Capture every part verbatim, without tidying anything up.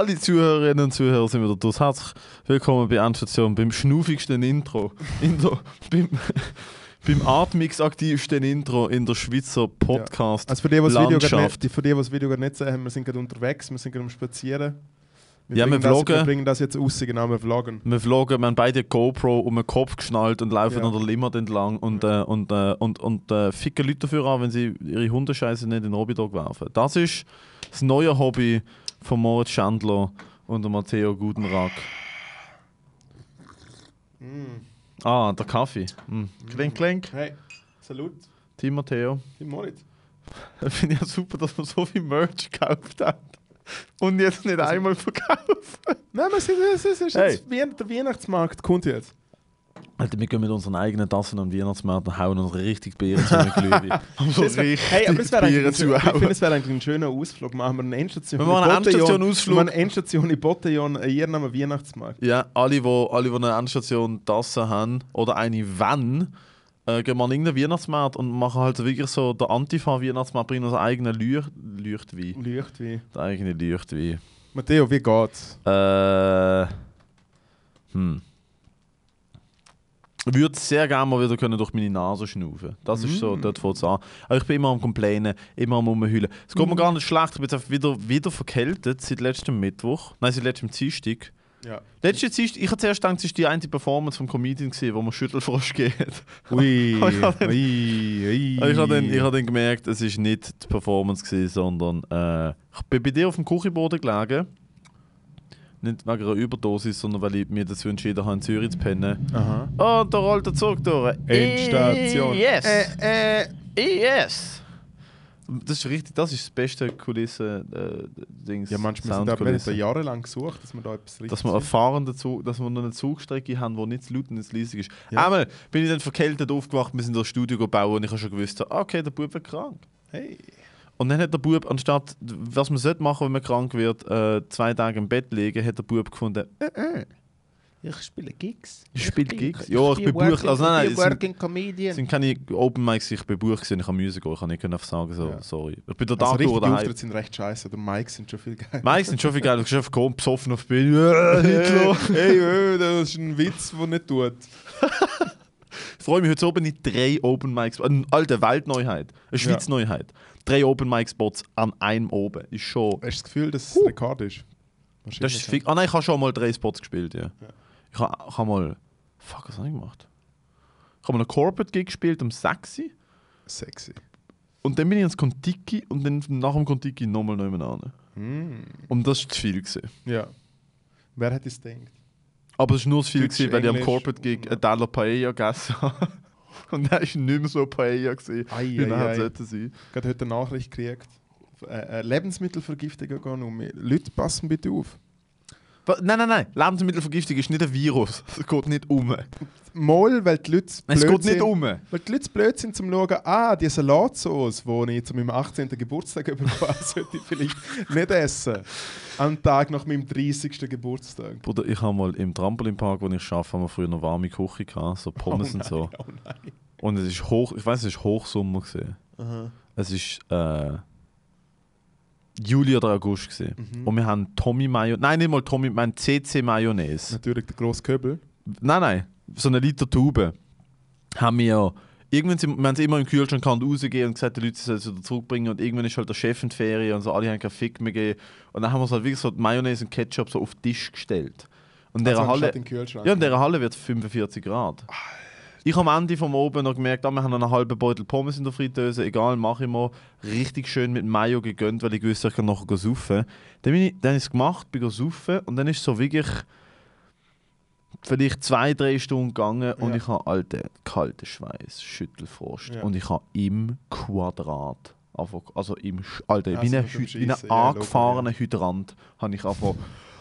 Alle Zuhörerinnen und Zuhörer sind wieder durch. Herzlich willkommen bei Endstation, beim schnuffigsten Intro. In der, beim, beim atmungsaktivsten Intro in der Schweizer Podcast. Ja. Also für die, die das Video nicht, für die, die das Video nicht sehen, wir sind gerade unterwegs, wir sind gerade am Spazieren. Wir ja, wir vloggen. Das, wir bringen das jetzt raus, genau, wir vloggen. Wir vloggen, wir haben beide GoPro um den Kopf geschnallt und laufen ja. an der Limmat entlang und, äh, und, äh, und, und äh, ficken Leute dafür an, wenn sie ihre Hundescheiße nicht in den Robidog werfen. Das ist das neue Hobby von Moritz Schandler und der Matteo Gudenrack. Mm. Ah, der Kaffee. Mm. Klink, klink. Hey, salut. Team Matteo. Team Moritz. Ich finde ja super, dass man so viel Merch gekauft hat. Und jetzt nicht also, einmal verkaufen. Nein, aber es ist, es ist, es ist hey. jetzt, der Weihnachtsmarkt kommt jetzt. Alter, wir gehen mit unseren eigenen Tassen am Weihnachtsmarkt und hauen uns richtig Bier zu mit Glühwein. So richtig hey, aber das Bier ein, zu Ich finde, es wäre eigentlich ein schöner Ausflug. Machen wir eine Endstation. Wir machen einen Endstation-Ausflug. Wir machen eine Endstation in Botillon, hier am Weihnachtsmarkt. Ja, alle, die alle, eine Endstation-Tasse haben oder eine Van, äh, gehen wir an irgendeinen Weihnachtsmarkt und machen halt wirklich so den Antifa-Weihnachtsmarkt, bringen unseren eigenen Leucht Leuchtwein. Leuchtwein. Der eigene Leuchtwein. Matteo, wie geht's? Äh. Hm. Ich würde sehr gerne mal wieder können durch meine Nase schnaufen. Das mm. ist so, dort fängt es an. Aber ich bin immer am Complainen, immer am Rumheulen. Es geht mm. mir gar nicht schlecht, ich bin jetzt einfach wieder, wieder verkältet seit letztem Mittwoch. Nein, seit letztem Dienstag. Ja. Letzte Dienstag, ich habe zuerst gedacht, es war die eine Performance vom Comedian, gewesen, wo man Schüttelfrosch geht. Ui, ich habe dann, ui, ui. Ich habe dann, ich habe dann gemerkt, es war nicht die Performance, gewesen, sondern äh, ich bin bei dir auf dem Küchenboden gelegen. Nicht wegen einer Überdosis, sondern weil ich mir dazu entschieden habe, in Zürich zu pennen. Aha. Oh, da rollt der Zug durch. Endstation. Yes. Äh, äh. Yes. Das ist richtig, das ist das beste Kulisse-Dings. Äh, ja, manchmal sind wir da jahrelang gesucht, dass wir da etwas richtig Dass wir erfahrene Zug, dass wir eine Zugstrecke haben, die nicht zu laut und nicht zu leisig ist. Ja. Einmal bin ich dann verkältet aufgewacht, wir sind in das Studio gebaut und ich habe schon gewusst, okay, der Bub wird krank. Hey. Und dann hat der Bub, anstatt, was man sollte machen, wenn man krank wird, äh, zwei Tage im Bett liegen, hat der Bub gefunden, äh, äh. Ich spiele Gigs. Ich spiele Gigs? Ja, ich bin Buch. Also nein, nein, ich bin Working Comedian. Es sind keine Open Mics, ich bin Buch gesehen, ich kann Musik gehen, ich kann nicht einfach sagen, so, ja. sorry. Ich bin der also Tag durch. Die Auftritte sind recht scheiße, die Mics sind schon viel geil. Mics sind schon viel geil, du kannst einfach kommen, besoffen auf die Bühne. Hitler! Hey, das ist ein Witz, der nicht tut. Ich freue mich heute oben nicht drei Open Mics, eine alte Weltneuheit, eine Schweiz Neuheit. Ja. Drei Open Mic Spots an einem oben, ist schon... Hast du das Gefühl, dass es uh. Rekord ist? Das ist fix. Ah nein, ich habe schon mal drei Spots gespielt, ja. ja. Ich habe hab mal... Fuck, was habe ich gemacht? Ich habe mal einen Corporate-Gig gespielt um sechs. Sexy. Und dann bin ich ins Kontiki und dann nach dem Kontiki nochmal nebenan. Mm. Und das war zu viel gewesen. Ja. Wer hätte es gedacht? Aber es war nur zu viel, gewesen, weil ich am Englisch. Corporate-Gig einen Teller Paella gegessen habe. Und er war nicht mehr so Paella, gewesen, ei, wie er ei, sollte sein. Ich habe heute eine Nachricht gekriegt. Äh, Lebensmittelvergiftung gehen um. Leute, passen bitte auf. Nein, nein, nein. Lebensmittelvergiftung ist nicht ein Virus. Es geht nicht um. Mal, weil die Leute blöd es geht sind, nicht um. Weil die Leute blöd sind, zum zu schauen, ah, die Salatsauce, die ich zu meinem achtzehnten Geburtstag bekommen sollte ich vielleicht nicht essen. Am Tag nach meinem dreißigsten Geburtstag. Bruder, ich habe mal im Trampolinpark, wo ich arbeite, haben wir früher eine warme Küche gehabt, so Pommes oh nein, und so. Oh nein. Und es ist hoch, ich weiß, es ist Hochsommer gewesen. Aha. Es ist äh, Juli oder August gewesen. Mhm. Und wir haben Tommy Mayonnaise, nein, nicht mal Tommy, wir haben C C Mayonnaise. Natürlich der grosse Köbel. Nein, nein, so eine Liter Tube. Haben wir, irgendwann sind, wir haben es immer im Kühlschrank rausgegeben und gesagt, die Leute sollen es wieder zurückbringen. Und irgendwann ist halt der Chef in die Ferien und so, alle haben keinen Fick mehr gegeben. Und dann haben wir es halt wirklich so Mayonnaise und Ketchup so auf den Tisch gestellt. Und in also dieser Halle, in Kühlschrank. ja, in dieser Halle wird es fünfundvierzig Grad. Ich habe am Ende vom Oben noch gemerkt, ah, wir haben einen halben Beutel Pommes in der Fritteuse, egal, mache ich mal. Richtig schön mit Mayo gegönnt, weil ich wusste, ich kann nachher saufen. Dann bin ich, dann ist es gemacht, bin saufen und dann ist es so wirklich vielleicht zwei, drei Stunden gegangen und ja. ich habe alten kalten Schweiß, Schüttelfrost ja. und ich habe im Quadrat, also im, Alter, ja, wie ein, Hy- wie ein angefahrener ja. Hydrant, habe ich einfach,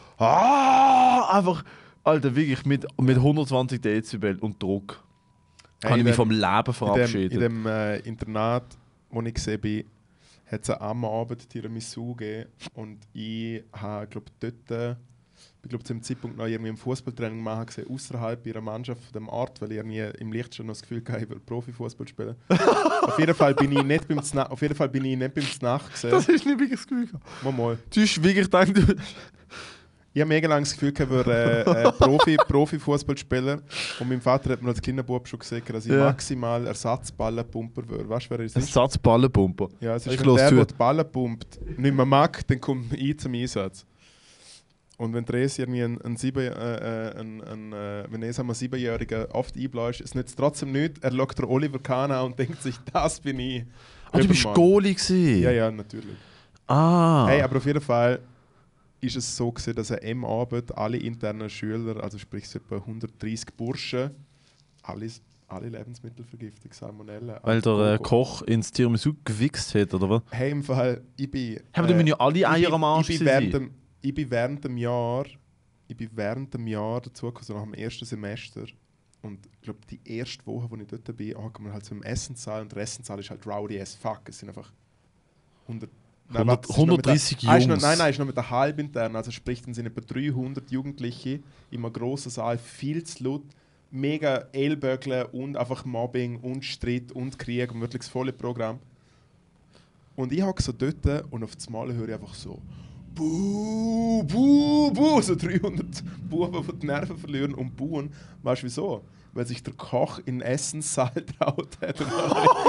ah, einfach, Alter, wirklich mit, mit hundertzwanzig Dezibel und Druck. Hey, habe ich mich dem, vom Leben verabschiedet. In dem, in dem äh, Internat, wo ich gesehen bin, hat es am Abend Tiramisu gegeben. Und ich habe, glaube dort, äh, ich glaube, zu dem Zeitpunkt noch irgendwie im Fußballtraining machen gesehen, außerhalb ihrer Mannschaft von dem Art, weil ich nie im Licht schon noch das Gefühl hatte, ich will Profifußball spielen. auf, jeden Fall bin ich nicht beim Zna- auf jeden Fall bin ich nicht beim Znach gesehen. Das ist nicht wirklich das Gefühl. Mal mal. Du hast wirklich gedacht, du, Ich habe mega lange das Gefühl, ich wäre äh, äh, Profi, Profi-Fußballspieler. Und mein Vater hat mir als Kinderbub schon gesagt, dass ich Ja. maximal Ersatzballenpumper wäre. Weißt du, wer das ist? Ersatzballenpumper. Ja, es ist, Ich wenn los der, zu. der die Ballen pumpt, nicht mehr mag, dann kommt ich zum Einsatz. Und wenn Dres irgendwie ein, ein, sieben, äh, äh, ein, ein, äh, wenn er einen Siebenjährigen oft einbläst, es nützt trotzdem nichts. Er schaut der Oliver Kahn an und denkt sich, das bin ich. Ah, du bist Übermann. Goalie gewesen? Ja, ja, natürlich. Ah. Hey, aber auf jeden Fall ist es so gewesen, dass er am Abend alle internen Schüler, also sprich so etwa hundertdreissig Burschen, alles, alle Lebensmittelvergiftung, Salmonellen. Weil der äh, Go-Go. Koch ins Tiramisu gewichst hat, oder was? Hey, im Fall, ich bin... Aber da müssen ja alle ich Eier bin- am Arsch ich bin, sein. während dem, ich bin während dem Jahr, ich bin während dem Jahr dazugekommen, so nach dem ersten Semester. Und ich glaube, die erste Woche, wo ich dort bin, hocken wir halt so im Essenssaal. Und der Essenssaal ist halt rowdy as fuck. Es sind einfach hundert... Nein, hundert warte, es ist noch mit der- hundertdreissig Ah, ist noch- Jungs. Nein, nein, ist noch mit der halbintern. Also sprich, dann sind etwa dreihundert Jugendliche in einem grossen Saal, viel zu laut, mega Ellbögeln und einfach Mobbing und Streit und Krieg und wirklich das volle Programm. Und ich hocke so dort und auf das Mal höre ich einfach so Buh, buh, buh, so dreihundert Buben, die die Nerven verlieren und buhen. Weißt du wieso? Weil sich der Koch in den Essenssaal traut hat. Und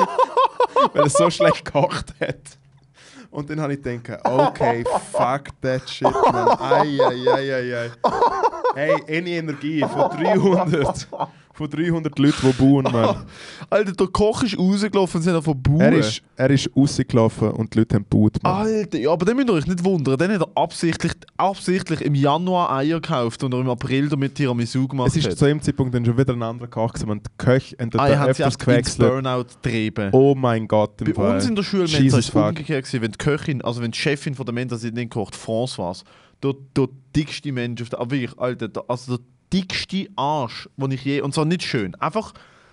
weil er so schlecht gekocht hat. Und dann habe ich gedacht, okay, fuck that shit, man. Ai, ai, ai, ai, ai. Hey, eine Energie von dreihundert. Von dreihundert Leuten, die bauen, man. Alter, der Koch ist rausgelaufen und sie haben von Buhen. Er ist, er ist rausgelaufen und die Leute haben gebaut, man. Alter, ja, aber den müsst ihr euch nicht wundern. Den hat er absichtlich, absichtlich im Januar Eier gekauft und er im April damit Tiramisu gemacht Es ist hat. zu dem Zeitpunkt dann schon wieder ein anderer Koch gewesen und die Köche haben dort Ah, er hat sie öfters einfach ins gewechselt. Burnout getrieben. Oh mein Gott, im Bei Fall. uns in der Schule war Jesus es fuck. umgekehrt gewesen, wenn die Köchin, also wenn die Chefin von der Mensa sie nicht kocht, François, der, der dickste Mensch auf der, aber wirklich, Alter, der, also der dickste Arsch, den ich je, und zwar nicht schön, einfach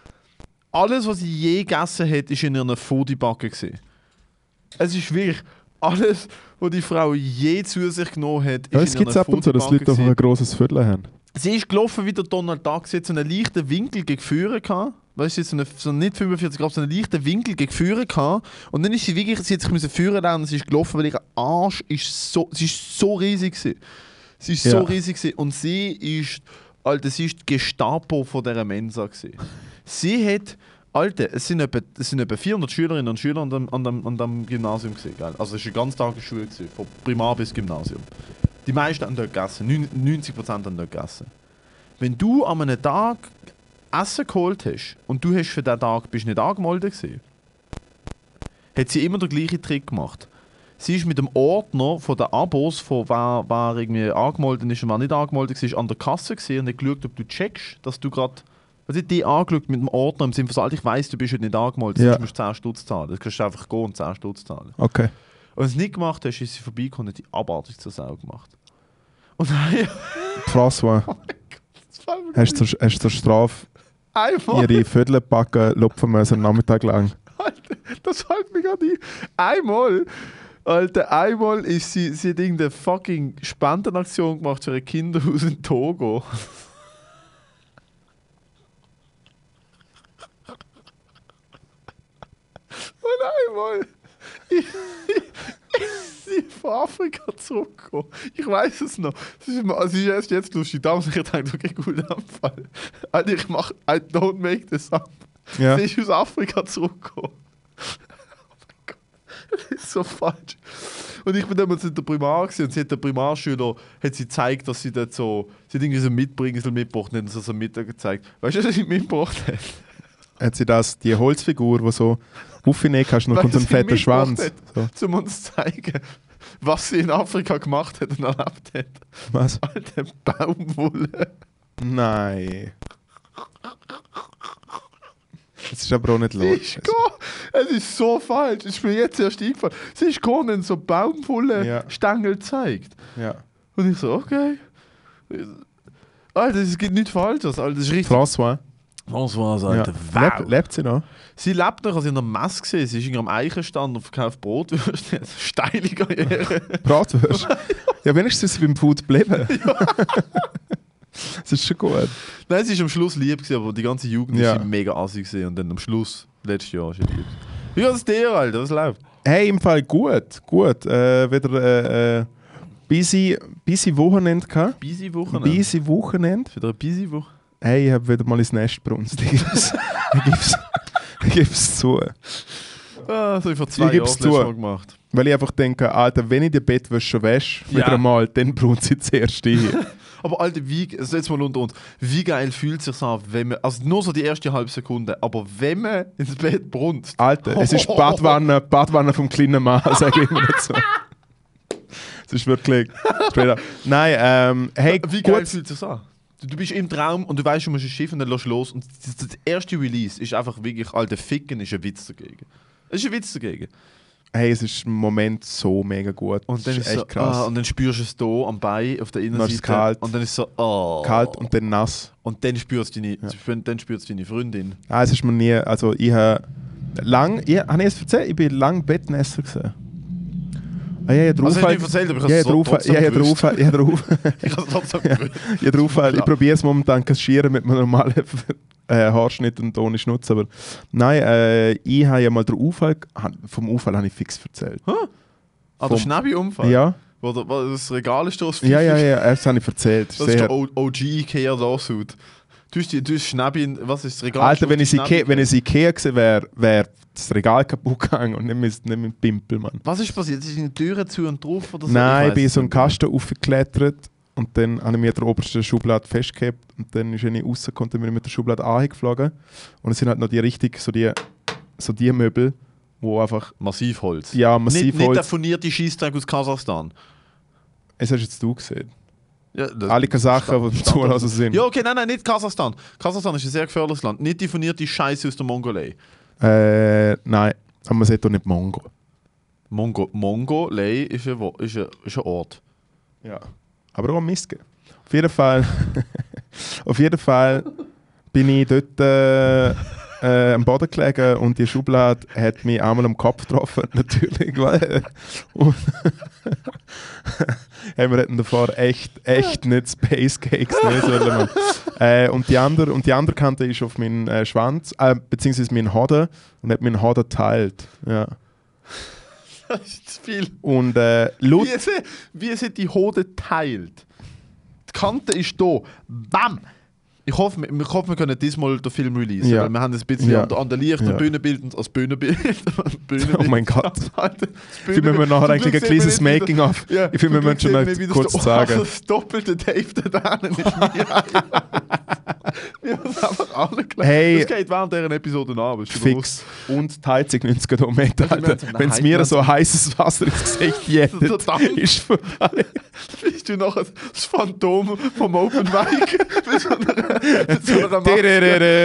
alles, was sie je gegessen hat, ist in einer Fodibacke gewesen. Es ist wirklich alles, was die Frau je zu sich genommen hat, ist Ja, es in gibt einer ab und zu, dass Fodibacke Leute einfach gewesen. ein grosses Viertel haben. Sie ist gelaufen wie der Donald Duck. Sie hat so einen leichten Winkel gegen Führer gehabt. Weißt du, so, eine, so nicht fünfundvierzig Grad, so einen leichten Winkel gegen Führer gehabt. Und dann ist sie wirklich, sie hat sich müssen führen lassen und sie ist gelaufen, weil ihr Arsch ist so, sie ist so riesig gewesen. Sie ist so Ja. riesig gewesen. Und sie ist, Alter, sie ist die Gestapo von dieser Mensa gewesen. Sie hat, Alter, es sind etwa, es sind etwa vierhundert Schülerinnen und Schüler an dem, an dem, an dem Gymnasium gewesen, gell? Also es war eine Ganztagesschule gewesen, von Primar bis Gymnasium. Die meisten haben dort gegessen, neunzig Prozent haben dort gegessen. Wenn du an einem Tag Essen geholt hast und du hast für diesen Tag bist nicht angemeldet gewesen, hat sie immer den gleichen Trick gemacht. Sie ist mit dem Ordner von den Abos, von wer, wer irgendwie angemeldet ist und wer nicht angemeldet war, an der Kasse gewesen und hat geschaut, ob du checkst, dass du gerade... Also die angeschaut mit dem Ordner im Sinne von, ich weiss, du bist heute nicht angemeldet, Ja. sonst musst du zehn Stutz zahlen. Dann kannst du einfach gehen und zehn Stutz zahlen. Okay. Und wenn du es nicht gemacht hast, ist sie vorbeigekommen und hat die abartig zur Sau gemacht. Und dann... François, das fällt mir hast du zur, hast du zur Strafe einmal... ihre Viertelbacken lupfen müssen, einen Nachmittag lang? Alter, das fällt mir gerade ein. Einmal, Alter, einmal ist sie, sie hat irgendeine fucking Spendenaktion gemacht für ein Kinderhaus in Togo. Und einmal ist sie von Afrika zurückgekommen. Ich weiß es noch. Es ist, es ist erst jetzt lustig. Damals habe ich gedacht, okay, guter Anfall. Alter, ich mach, I don't make this up. Ja. Sie ist aus Afrika zurückgekommen. Oh mein Gott, das ist so falsch. Und ich bin damals in der Primar gewesen, und sie hat der Primarschüler hat sie gezeigt, dass sie dort so, sie hat irgendwie so ein Mitbringsel mitgebracht und hat uns so am Mittag gezeigt. Weißt du, was sie mitgebracht hat? Hat sie das, die Holzfigur, die so aufnehmen kannst, noch kommt so ein Weißt du, was sie fetter Schwanz. mitgebracht So. Um uns zu zeigen, was sie in Afrika gemacht hat und erlebt hat. Was? Alter, Baumwolle. Nein. Das ist aber auch nicht Sie los. ist gegangen. Es ist so falsch. Es ist mir jetzt erst eingefallen. Sie ist gegangen und so Baumwolle-Stängel Ja. gezeigt. Ja. Und ich so, okay. Alter, es gibt nichts Falsches. Alter, das ist richtig. François, Was war's, ja. Alter? Leb, Wow. lebt sie noch? Sie lebt noch, als ich in einer Messe gesehen. Sie ist irgendwie am Eichenstand und verkauft Brotwürste. Steile Karriere. Bratwurst? Ja, wenigstens ist sie beim Food geblieben. Das ist schon gut. Nein, sie war am Schluss lieb, gewesen, aber die ganze Jugend Ja. war mega assig gewesen. Und dann am Schluss, letztes Jahr, ist sie lieb. Wie geht es dir, Alter? Was läuft? Hey, im Fall gut, gut. Äh, wieder äh, äh, busy, busy Wochenende gehabt. Busy Wochenende? Busy Wochenende. Für eine busy Woche? Hey, ich habe wieder mal ins Nest brunst. Ich gib's, ich gib's, ich gib's zu. Ah, das habe ich vor zwei Jahren das letzte Mal gemacht. Weil ich einfach denke, Alter, wenn ich die Bettwäsche schon wasche, wieder Ja. einmal, dann brunst ich zuerst ein. Aber Alter, wie, also jetzt mal unter uns, wie geil fühlt es sich an, wenn man, also nur so die erste halbe Sekunde, aber wenn man ins Bett brunst. Alter, es ist Badwanne, Badwanne vom kleinen Mann, sage ich immer dazu. Es ist wirklich... Nein, ähm, hey, Wie geil gut. fühlt es sich an? Du, du bist im Traum und du weißt, du musst ein Schiff und dann lässt du los und das, das erste Release ist einfach wirklich, Alter, Ficken ist ein Witz dagegen. Es ist ein Witz dagegen. Hey, es ist im Moment so mega gut. Und dann es ist echt so, krass. Ah, und dann spürst du es hier am Bein auf der Dann ist Innenseite. es kalt. Und dann ist es so, oh. Kalt und dann nass. Und dann spürst du deine, dann spürst du deine Freundin. Ah, es ist mir nie... Also ich habe... Lang... Ich, habe ich es erzählt? Ich bin lang Bettnässer gewesen. Ah, ja, ja, drauf Also, hast du nicht erzählt, aber ich ja, hab's drauf, trotzdem ja, ja, gewusst. drauf, ja, drauf, Ich habe es trotzdem ja, gewusst. ja, drauf, ich Klar. probiere es momentan kaschieren mit einem normalen äh, Haarschnitt und ohne Schnutz, aber nein, äh, ich habe ja mal den Unfall, vom Unfall habe ich fix erzählt. Ah, der Vom- Schnäbi-Unfall? Ja, Wo, der, wo das Regal ist, das ja, ja, ja, das habe ich erzählt. Das ist Sehr- der O- OG Ikea-Lawsuit. Du hast, die- du hast Schnäbi, was ist das Regal? Alter, wenn Ist ich das Ikea, Schnäbi- wenn es Ikea gewesen wäre, wäre das Regal kaputt gegangen und nicht mit, nicht mit Pimpel, Mann. Was ist passiert? Ist die Türe zu und drauf oder so? Nein, ich weiss bin in es so einen nicht mehr. Kasten aufgeklettert und dann habe ich mir der oberste Schublade festgehabt und dann ist wenn ich raus, konnte ich mir mit der Schublade angeflogen und es sind halt noch die richtig, so die, so die Möbel, wo einfach, Massivholz. ja, Nicht, massiv nicht der Holz. furnierte Scheissdreck aus Kasachstan. Es hast jetzt du gesehen. Ja, das- Alle Kasachen, die Stand- zulassen sind. Ja, okay, nein, nein, nicht Kasachstan. Kasachstan ist ein sehr gefährliches Land. Nicht die furnierte Scheiße aus der Mongolei. Äh, nein, aber man sieht doch nicht Mongo. Mongo, Mongolei ist ein, Wo- ist ein, ist ein Ort. Ja. Aber auch am Mist. Auf jeden Fall, auf jeden Fall bin ich dort äh, äh, am Boden gelegen und die Schublade hat mich einmal am Kopf getroffen, natürlich. Weil, und hey, wir hätten davor echt, echt nicht Space Cakes nehmen sollen. Man. Äh, und, die andere, und die andere Kante ist auf meinen äh, Schwanz, äh, beziehungsweise meinen Hoden und hat meinen Hoden geteilt. Ja. Das ist zu viel. Und äh, laut Wie es, wie es die Hode teilt. Die Kante ist da. Bam! Ich hoffe, wir, ich hoffe, wir können diesmal den Film releasen, Ja. weil wir haben das ein bisschen Ja. an, an der Licht- und Ja. Bühnenbild und als Bühnenbild. Bühnenbild Oh mein Gott. Alter, das Ich finde, wir nachher Zum eigentlich ein Glück sehen wir kleines nicht, wie Making-of. Ja, Ich finde, wir zum müssen schon Glück noch sehen wir, wie kurz das, sagen. Das doppelte Dave da drinnen ist mir. Wir haben es einfach alle klar. Hey. Das geht während dieser Episode an. Bist du bewusst? Fix. Und teilt sich neunzig Kilometer. Also, wir Alter. haben so Wenn es eine mir Hype- so heißes Wasser ins Gesicht jettet, Der Dampf. ist vorbei. Bist du noch das Phantom vom Open Mic? Mit so einer, mit so einer Maske.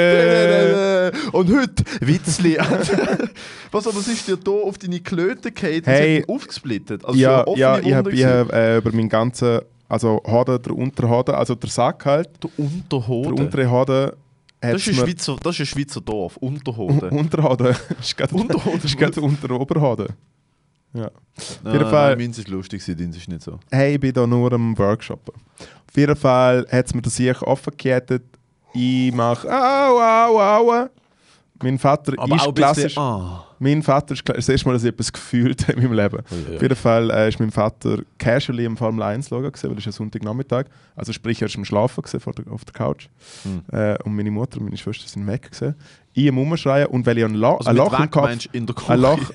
Und heute, Witzli. Was, aber was ist dir da auf deine Klöte gefallen? Hey. Aufgesplittet? Also Ja, so ja, offene ich habe Wunde gewesen? hab, äh, über meinen ganzen, also Hoden, der Unterhoden, also der Sack halt, Der der Unterhoden. untere Hoden, Das hat's ist, ein mir- Schweizer, das ist ein Schweizer Dorf. Un- Unterhoden. Unterhoden. ist gerade Unterhoden. ist gerade unter Oberhoden. Ja. Nein, jeden Fall- Nein, meins ist lustig, deins ist nicht so. Hey, ich bin da nur am Workshoppen. Auf jeden Fall hat es mir das sich offen gehärtet. Ich mache au, au, au. Mein Vater Aber ist auch ein klassisch. bisschen, ah. Mein Vater ist kla- das erste Mal, dass ich etwas gefühlt habe in meinem Leben. Ui, ui, ui. Auf jeden Fall äh, ist mein Vater casually im Formel eins Lager gesehen, weil es ist ja Sonntagnachmittag. Also sprich, er ist am Schlafen gewesen, vor der, auf der Couch. Hm. Äh, und meine Mutter und meine Schwester sind weg gewesen. Ich am Umschreien und weil ich ein, La Also ein mit Loch im weg Kopf. meinst du in der Küche? Ein Loch.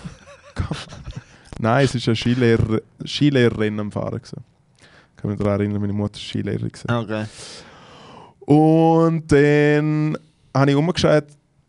Nein, es ist eine Skilehrer, Skilehrerin am Fahren gewesen. Ich kann mich daran erinnern, meine Mutter war Skilehrerin gewesen. Okay. Und dann habe ich umgeschaut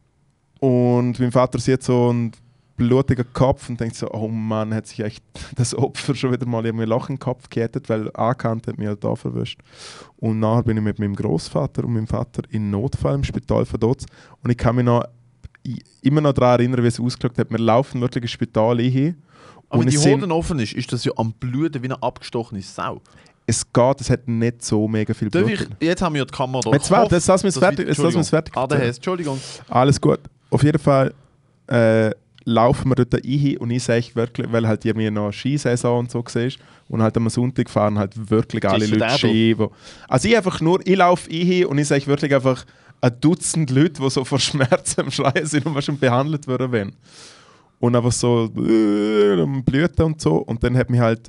und mein Vater sieht so einen blutigen Kopf und denkt so, oh Mann, hat sich echt das Opfer schon wieder mal in mir Loch im Kopf gehärtet, weil anerkannt hat mich halt da verwischt. Und nachher bin ich mit meinem Großvater und meinem Vater in Notfall im Spital verdotzt und ich kann mich noch i- immer noch daran erinnern, wie es ausgeschaut hat. Wir laufen wirklich ins Spital hin. Aber wenn Und die es sind- Hoden offen ist, ist das ja am Bluten wie eine abgestochene Sau. Es geht, es hat nicht so mega viel Darf Blut. ich, jetzt haben wir ja die Kamera da. Jetzt Ich warte, hoffe, jetzt lass mich dass fertig, wir- jetzt lass mich fertig Ah, der erzählen. Hess, Entschuldigung. Alles gut. Auf jeden Fall äh, laufen wir dort rein und ich sage wirklich, weil halt irgendwie noch Skisaison und so war und halt am Sonntag fahren halt wirklich alle Siehst du Leute den Ski. Wo, also ich einfach nur, ich laufe rein und ich sage wirklich einfach ein Dutzend Leute, die so vor Schmerzen am Schreien sind und was schon behandelt worden werden. Und einfach so äh, am Blüten und so. Und dann hat mich halt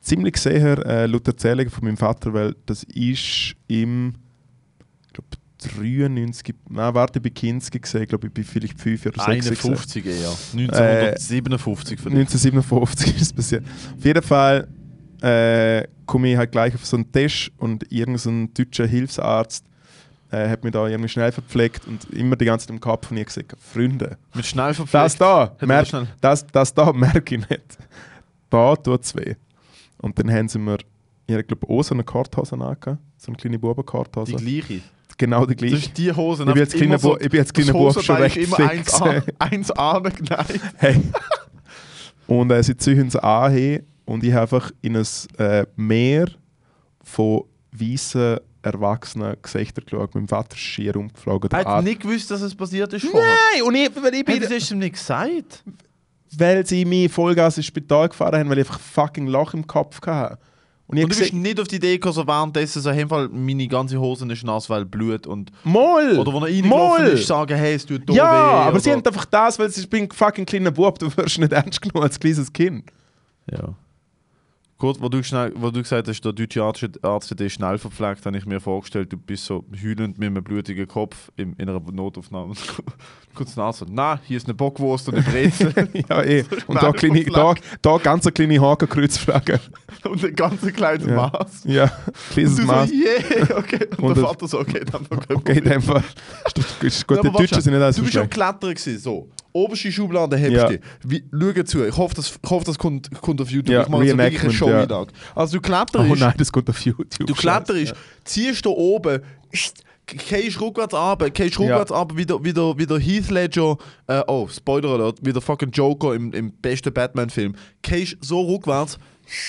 ziemlich sicher äh, laut Erzählungen von meinem Vater, weil das ist im ich glaube dreiundneunzig, nein, warte, bei Kinski gesehen, glaube ich, bei vielleicht fünf oder sechs. einundfünfzig eher. neunzehnhundertsiebenundfünfzig für dich. neunzehnhundertsiebenundfünfzig ist es passiert. Auf jeden Fall äh, komme ich halt gleich auf so einen Tisch und irgendein deutscher Hilfsarzt äh, hat mich da irgendwie schnell verpflegt und immer die ganze Zeit im Kopf und ich gesagt, Freunde, Mit schnell verpflegt. das da, Hat er merk, schnell- das, das da merke ich nicht. Da tut es weh. Und dann haben sie mir, ich glaube auch so eine Korthose angehabt, so eine kleine Bubenkorthose. Die gleiche. Genau die Das gleiche. ist die Hose. Ich bin jetzt kleiner Bu- ich bin jetzt kleiner Bub schon recht immer fix. eins A, eins A geneigt. Hey. Und äh, sie ziehen sie an und ich habe einfach in ein äh, Meer von weißen, erwachsenen Gesichtern geschaut. Mein Vater ist schier umgeflogen. Er Der hat Arzt- nicht gewusst, dass es passiert ist vorher. Nein! Und ich, weil, ich Hey, bin, das hast du ihm nicht gesagt. weil sie mich Vollgas ins Spital gefahren haben, weil ich einfach fucking Loch im Kopf hatte. Und ich Und du hab bist gesehen, nicht auf die Idee gekommen, so währenddessen so, in Fall, meine ganze Hose ist nass, weil Blut und... Moll! Oder wenn er reingelaufen Moll! ist, sagen, hey, es tut da Ja, weh. aber oder, sie haben einfach das, weil ich bin ein fucking kleiner Bub, du wirst nicht ernst genommen als kleines Kind. Ja. Gut, wo du, schnell, wo du gesagt hast, der deutsche Arzt, Arzt hat dich schnell verpflegt, habe ich mir vorgestellt, du bist so heulend mit einem blutigen Kopf in, in einer Notaufnahme. Kurz Nase. Nein, hier ist eine Bockwurst und eine Brezel Ja, eh. Und da, Schnell kleine, da, verpflegt. da ganz eine kleine Hakenkreuzflagge. und ein ganz kleines Ja. Maß. Ja, Und kleines du so, Maß. yeah, okay. Und, Und der das- Vater so, okay, dann okay, Okay, in dem Fall. Ist, ist gut, Ja, die aber warte Deutschen sind nicht alles Du so bist am schlecht. Klettern gewesen, so. Oberste Schublade hebst Ja. du. Wie, schau zu, ich hoffe, das, ich hoffe, das kommt, kommt auf YouTube. Ja, ich mache jetzt so wirklich eine Reenactment, Show ja. Einlage. Also du kletterst, Oh nein, das kommt auf YouTube. du kletterst, ziehst da oben, gehst rückwärts runter, gehst rückwärts runter, wie der, wie der, wie der Heath Ledger, äh, oh, Spoiler Alert, wie der fucking Joker im, im besten Batman-Film. Gehst so rückwärts,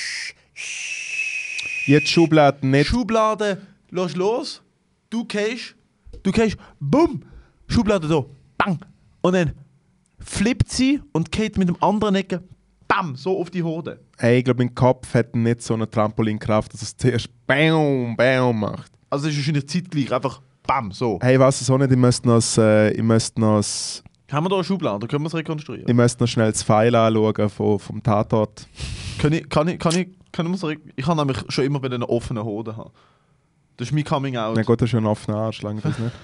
Jetzt Schubladen nicht. Schublade, lass los, du gehst, du gehst, bumm, Schublade da, bang, und dann flippt sie und geht mit dem anderen Ecke, bam, so auf die Horde. Hey, ich glaube, mein Kopf hat nicht so eine Trampolinkraft, dass es zuerst BAM, BAM macht. Also es ist wahrscheinlich zeitgleich, einfach bam, so. Hey, was es auch nicht, ich müsste noch, das, äh, ich müsste noch, das, Haben wir da eine Schublade, da können wir es rekonstruieren. ich müsste noch schnell das Pfeil anschauen vom, vom Tatort. Kann ich, kann ich, kann ich, können wir es re- ich habe nämlich schon immer bei einer offenen Hode haben. Das ist mein Coming Out. Na gut, das ist schon ein offener Arsch, lange das nicht.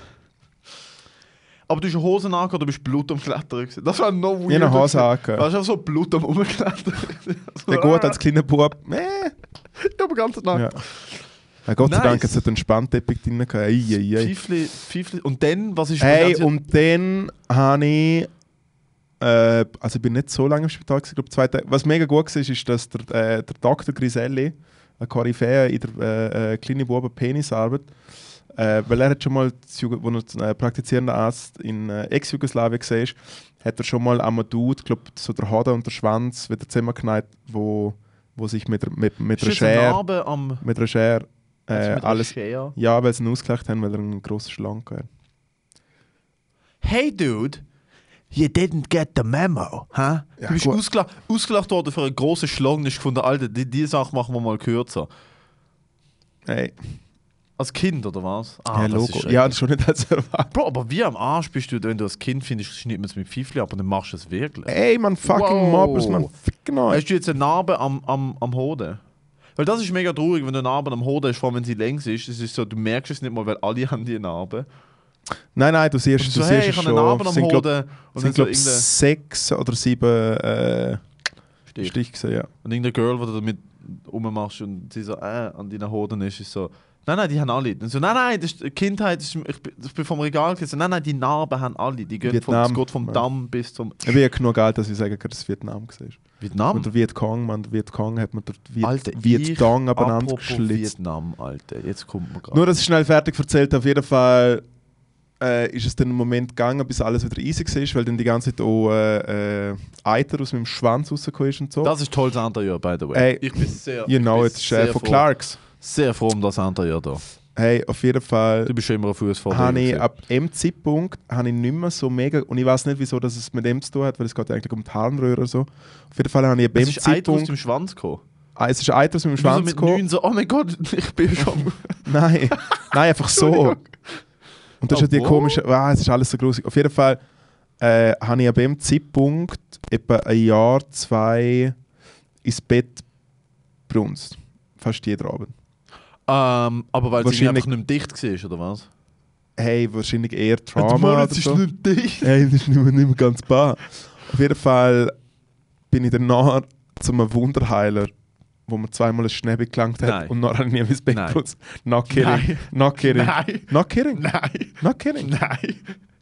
Aber du hast eine Hose angehabt oder bist du Blut am Klettern gewesen? Das war noch weird. Ich habe eine Hose angehabt. Warst du einfach so Blut am Rumklettern? so, Ja gut, als kleiner Bub, äh, Ja, aber ganz nah. ja. Ja, Gott sei Nice. Dank hat es einen Spannteppich drin gehabt. Ei, ei, ei. Pfeifli, Pfeifli. Und dann, was ist Hey, passiert? und dann habe ich, äh, also ich bin nicht so lange im Spital, gewesen, ich glaube zwei Tage. Was mega gut war, ist, dass der, äh, der Doktor Griselli, ein Koryphäe in der äh, äh, kleinen Buben Penisarbeit, äh, weil er hat schon mal, als er äh, praktizierender Arzt in äh, Ex-Jugoslawien war, hat er schon mal am Dude, glaube so der Hoden und der Schwanz wieder zusammengeknallt, wo, wo sich mit, der- mit, mit ist einer jetzt eine Schere, Narbe am... mit einer Schere äh, Also mit einer alles, Schere? ja, weil sie ihn ausgelacht haben, weil er einen grossen Schlank hat. Hey, dude, you didn't get the memo, huh? Ja, du bist gut. ausgelacht, ausgelacht worden für einen grossen Schlangen. Ich gefunden, Alter, die, die Sache machen wir mal kürzer. Hey. Als Kind, oder was? Ja, Ah, das Logo. ist schrecklich. Ja, das ist schon nicht als erwartet. Bro, aber wie am Arsch bist du, wenn du als Kind findest, schneid man es mit Pfeifli ab und dann machst du es wirklich. Ey, man fucking Wow. Mobbers, man ficken euch. Hast du jetzt eine Narbe am, am, am Hoden? Weil das ist mega traurig, wenn du eine Narbe am Hoden hast, vor allem wenn sie längs ist. Es ist so, du merkst es nicht mal, weil alle haben die Narbe. Nein, nein, du siehst, Und du so, siehst hey, es ich habe schon. eine Narbe am Es sind, glaub, Hoden. Und sind dann so glaub, irgendein sechs oder sieben äh, Stich. Stich gesehen, ja. Und irgendeine Girl, die du damit rummachst und sie so, äh, an deinen Hoden ist, ist so, nein, nein, die haben alle. Und so, nein, nein, das ist die Kindheit, das ist, ich, bin- ich bin vom Regal gesessen. Nein, nein, die Narben haben alle. Die gehen vom, Vietnam, es geht vom ja. Damm bis zum Ich bin ja genug alt, dass ich sagen kann, dass es Vietnam gesehen ist. Vietnam. Und der Vietcong, man, der Vietcong hat man der Viet, Alter, Vietcong ich- abeinander apropos geschlitzt. Vietnam, Alter, jetzt kommt man gerade. Nur, dass ich schnell fertig erzählt auf jeden Fall äh, ist es dann einen Moment gegangen, bis alles wieder easy war, weil dann die ganze Zeit auch äh, äh, Eiter aus meinem Schwanz rausgekommen ist und so. Das ist tolles Interieur, by the way. Ey, ich bin sehr, you ich know, bin es ist äh, sehr von froh- Clarks. Sehr froh um das Interieur da. Hey, auf jeden Fall. Du bist schon immer ein Fuß vor habe dir ich gewesen. ab dem Zeitpunkt habe ich nicht mehr so mega, und ich weiß nicht, wieso dass es mit dem zu tun hat, weil es geht eigentlich um die Harnröhre oder so. Auf jeden Fall habe ich ab dem Es ist Eiter aus Zeitpunkt... dem Schwanz gekommen. Ah, es ist Eiter aus meinem Du so Schwanz mit gekommen. neun so, oh mein Gott, ich bin schon... Nein, nein, einfach so. Entschuldigung. Und das ist ja die Obwohl? komische... Ah, es ist alles so gruselig. Auf jeden Fall äh, habe ich ab dem Zeitpunkt etwa ein Jahr, zwei ins Bett bei uns. Fast jeden Abend. Ähm, aber weil es Wahrscheinlich- einfach nicht mehr dicht war, oder was? Hey, wahrscheinlich eher Der Trauma Moritz oder ist so. nicht dicht. Hey, das ist nicht mehr, nicht mehr ganz bar. Auf jeden Fall bin ich danach zu einem Wunderheiler, wo mir zweimal ein Schnäbi gelangt hat Nein. und nachher habe ich nie mein Bett Nein. geputzt. Not kidding. Nein. Not kidding. Nein. Not kidding. Nein. Not kidding. Nein.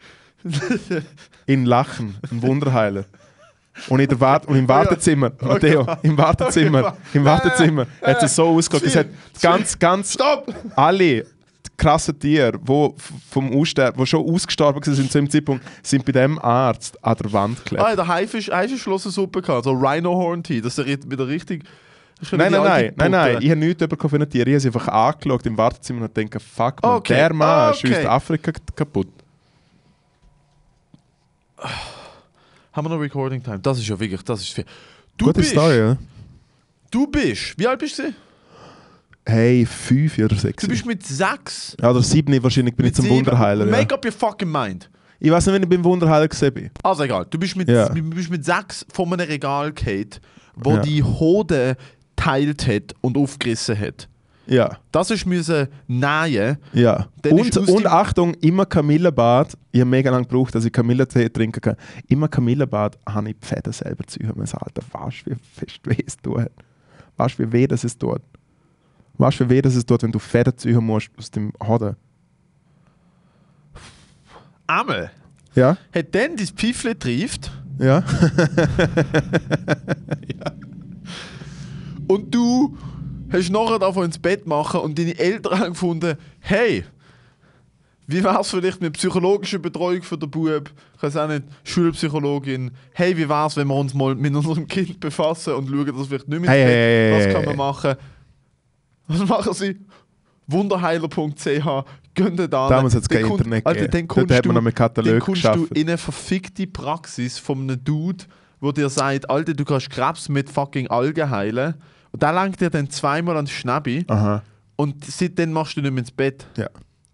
In Lachen, ein Wunderheiler. Und, in der Wart und im Wartezimmer, Oh Matteo, Gott. im Wartezimmer, im Wartezimmer hat es so ausgeschaut. Es hat ganz, ganz Stopp! alle krassen Tiere, die vom Aussterben, die schon ausgestorben sind zu dem Zeitpunkt, sind bei dem Arzt an der Wand geklebt. Ah, der Haifisch, Haifischflossensuppe gehabt, so Rhino Horn Tea, das ist ri- wieder richtig... das ist schon Nein, die nein, alte nein, nein, nein, Puppe. ich habe nichts bekommen von den Tieren. Ich habe sie einfach angeschaut im Wartezimmer und denke, fuck man, Okay, der Mann okay. schießt Afrika kaputt. Haben wir noch Recording Time? Das ist ja wirklich, das ist viel. Du Gute bist, Story, ja? du bist, wie alt bist du? Hey, fünf oder sechs. Du bist mit sechs. Ja, oder sieben wahrscheinlich bin ich mit zum sieben. Wunderheiler. Ja. Make up your fucking mind. Ich weiß nicht, wenn ich beim Wunderheiler gesehen bin. Also egal, du bist mit, Ja. du bist mit sechs von einem Regal gefallen, wo Ja. die Hoden teilt hat und aufgerissen hat. Ja, Das ist müssen nähen. ja. Dann Und, ist aus und dem- Achtung, immer Kamillenbad. Ich habe mega lange gebraucht, dass ich Kamillentee trinken kann. Immer Kamillenbad habe ich die Fäden selber zu müssen. Alter, weißt du, wie fest weh es tut? Weißt du, wie weh das es tut? Weißt du, wie weh das es tut, wenn du Fäden ziehen musst aus dem Hoden? Einmal Ja? hat dann dein Pfeifle trifft Ja? und du hast nachher davon ins Bett machen und deine Eltern haben gefunden, hey, wie wär's vielleicht mit psychologischer Betreuung für den Bub? Ich weiß auch nicht, Schulpsychologin. Hey, wie wär's, wenn wir uns mal mit unserem Kind befassen und schauen, dass es vielleicht nicht mehr ins Hey, Bett. hey, hey, Was hey, kann hey. man machen? Was machen sie? wunderheiler punkt c h, gehen da. Damals hat es kein Dann kommt- Internet Alter, gegeben. dann Dort kommst hat man du- noch mit Dann Katalog kommst du geschafft. in eine verfickte Praxis von einem Dude, wo dir sagt, Alter, du kannst Krebs mit fucking Algen heilen. Und der langt dir dann zweimal ans Schnäbi Aha, und seitdem machst du nicht mehr ins Bett. ja.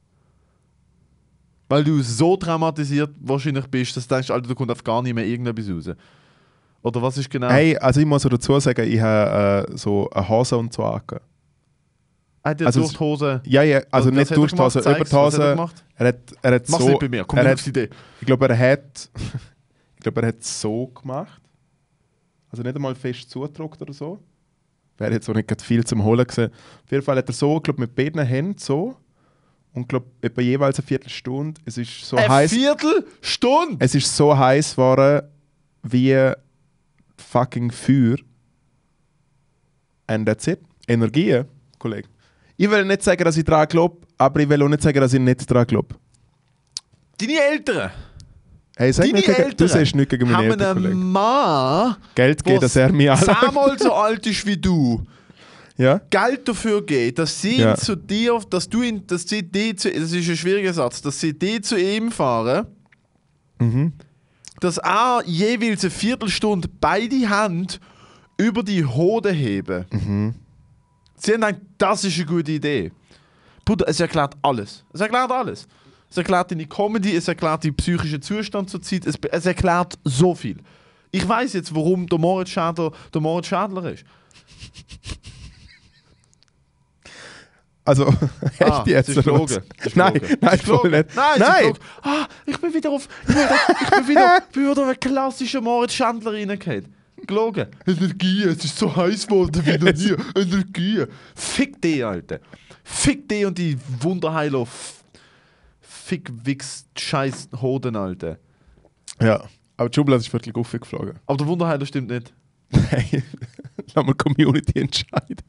Weil du so traumatisiert wahrscheinlich bist, dass du denkst, Alter, da kommt auf gar nicht mehr irgendetwas raus. Oder was ist genau? Hey, also ich muss auch dazu sagen, ich habe äh, so eine Hose und so angehabt. Hat er also durch die Hose... Ja, ja, also Was nicht hat er durch die gemacht? Hose, über Zeig's, die was hat er Hose. gemacht? Er hat, er hat Mach's so... nicht bei mir, komm er nicht hat, auf die Idee. Ich glaube, er hat... ich glaube, er hat so gemacht. Also nicht einmal fest zugedrückt oder so. Wäre jetzt auch nicht gerade viel zum Holen gesehen. Auf jeden Fall hat er so, glaube mit beiden Händen so. Und glaube etwa jeweils eine Viertelstunde. Es ist so Eine heiß. Viertelstunde? Es ist so heiß geworden wie fucking Feuer. And that's it. Energie, Kollege. Ich will nicht sagen, dass ich daran glaube, aber ich will auch nicht sagen, dass ich nicht daran glaube. Deine Eltern Hey, sag Deine nicht gegen, Eltern du sagst nicht gegen meine haben Eltern, einen Kollege. Mann, Geld geben, dass er mir alle... zehnmal so alt ist wie du, Ja? Geld dafür geben, dass sie Ja. ihn zu dir, dass du ihn, dass sie die zu, das ist ein schwieriger Satz, dass sie die zu ihm fahren, Mhm. dass er jeweils eine Viertelstunde beide Hände über die Hoden heben. Mhm. Sie haben gedacht, das ist eine gute Idee. Bruder, es erklärt alles. Es erklärt alles. Es erklärt deine Comedy, es erklärt den psychischen Zustand zur Zeit, es, es erklärt so viel. Ich weiß jetzt, warum der Moritz Schädler der Moritz Schädler ist. Also, echt Ah, jetzt? das ist oder gelogen. was? Das ist Nein, gelogen. nein, Das ist voll gelogen. nicht. Nein, es ist Nein. gelogen. Ah, ich bin wieder auf. Ich bin wieder, ich bin wieder, ich bin wieder auf einen klassischen Moritz Schädler reingehauen. Gelogen. Energie, es ist so heiß geworden wie noch nie. Energie. Fick dich, Alter. Fick dich und die Wunderheiler. F- Fick, Wichs, Scheiß Hoden, Alter. Ja, aber die Schublade ist wirklich aufgeflogen. Aber der Wunderheiler stimmt nicht. Nein, lass mal die Community entscheiden.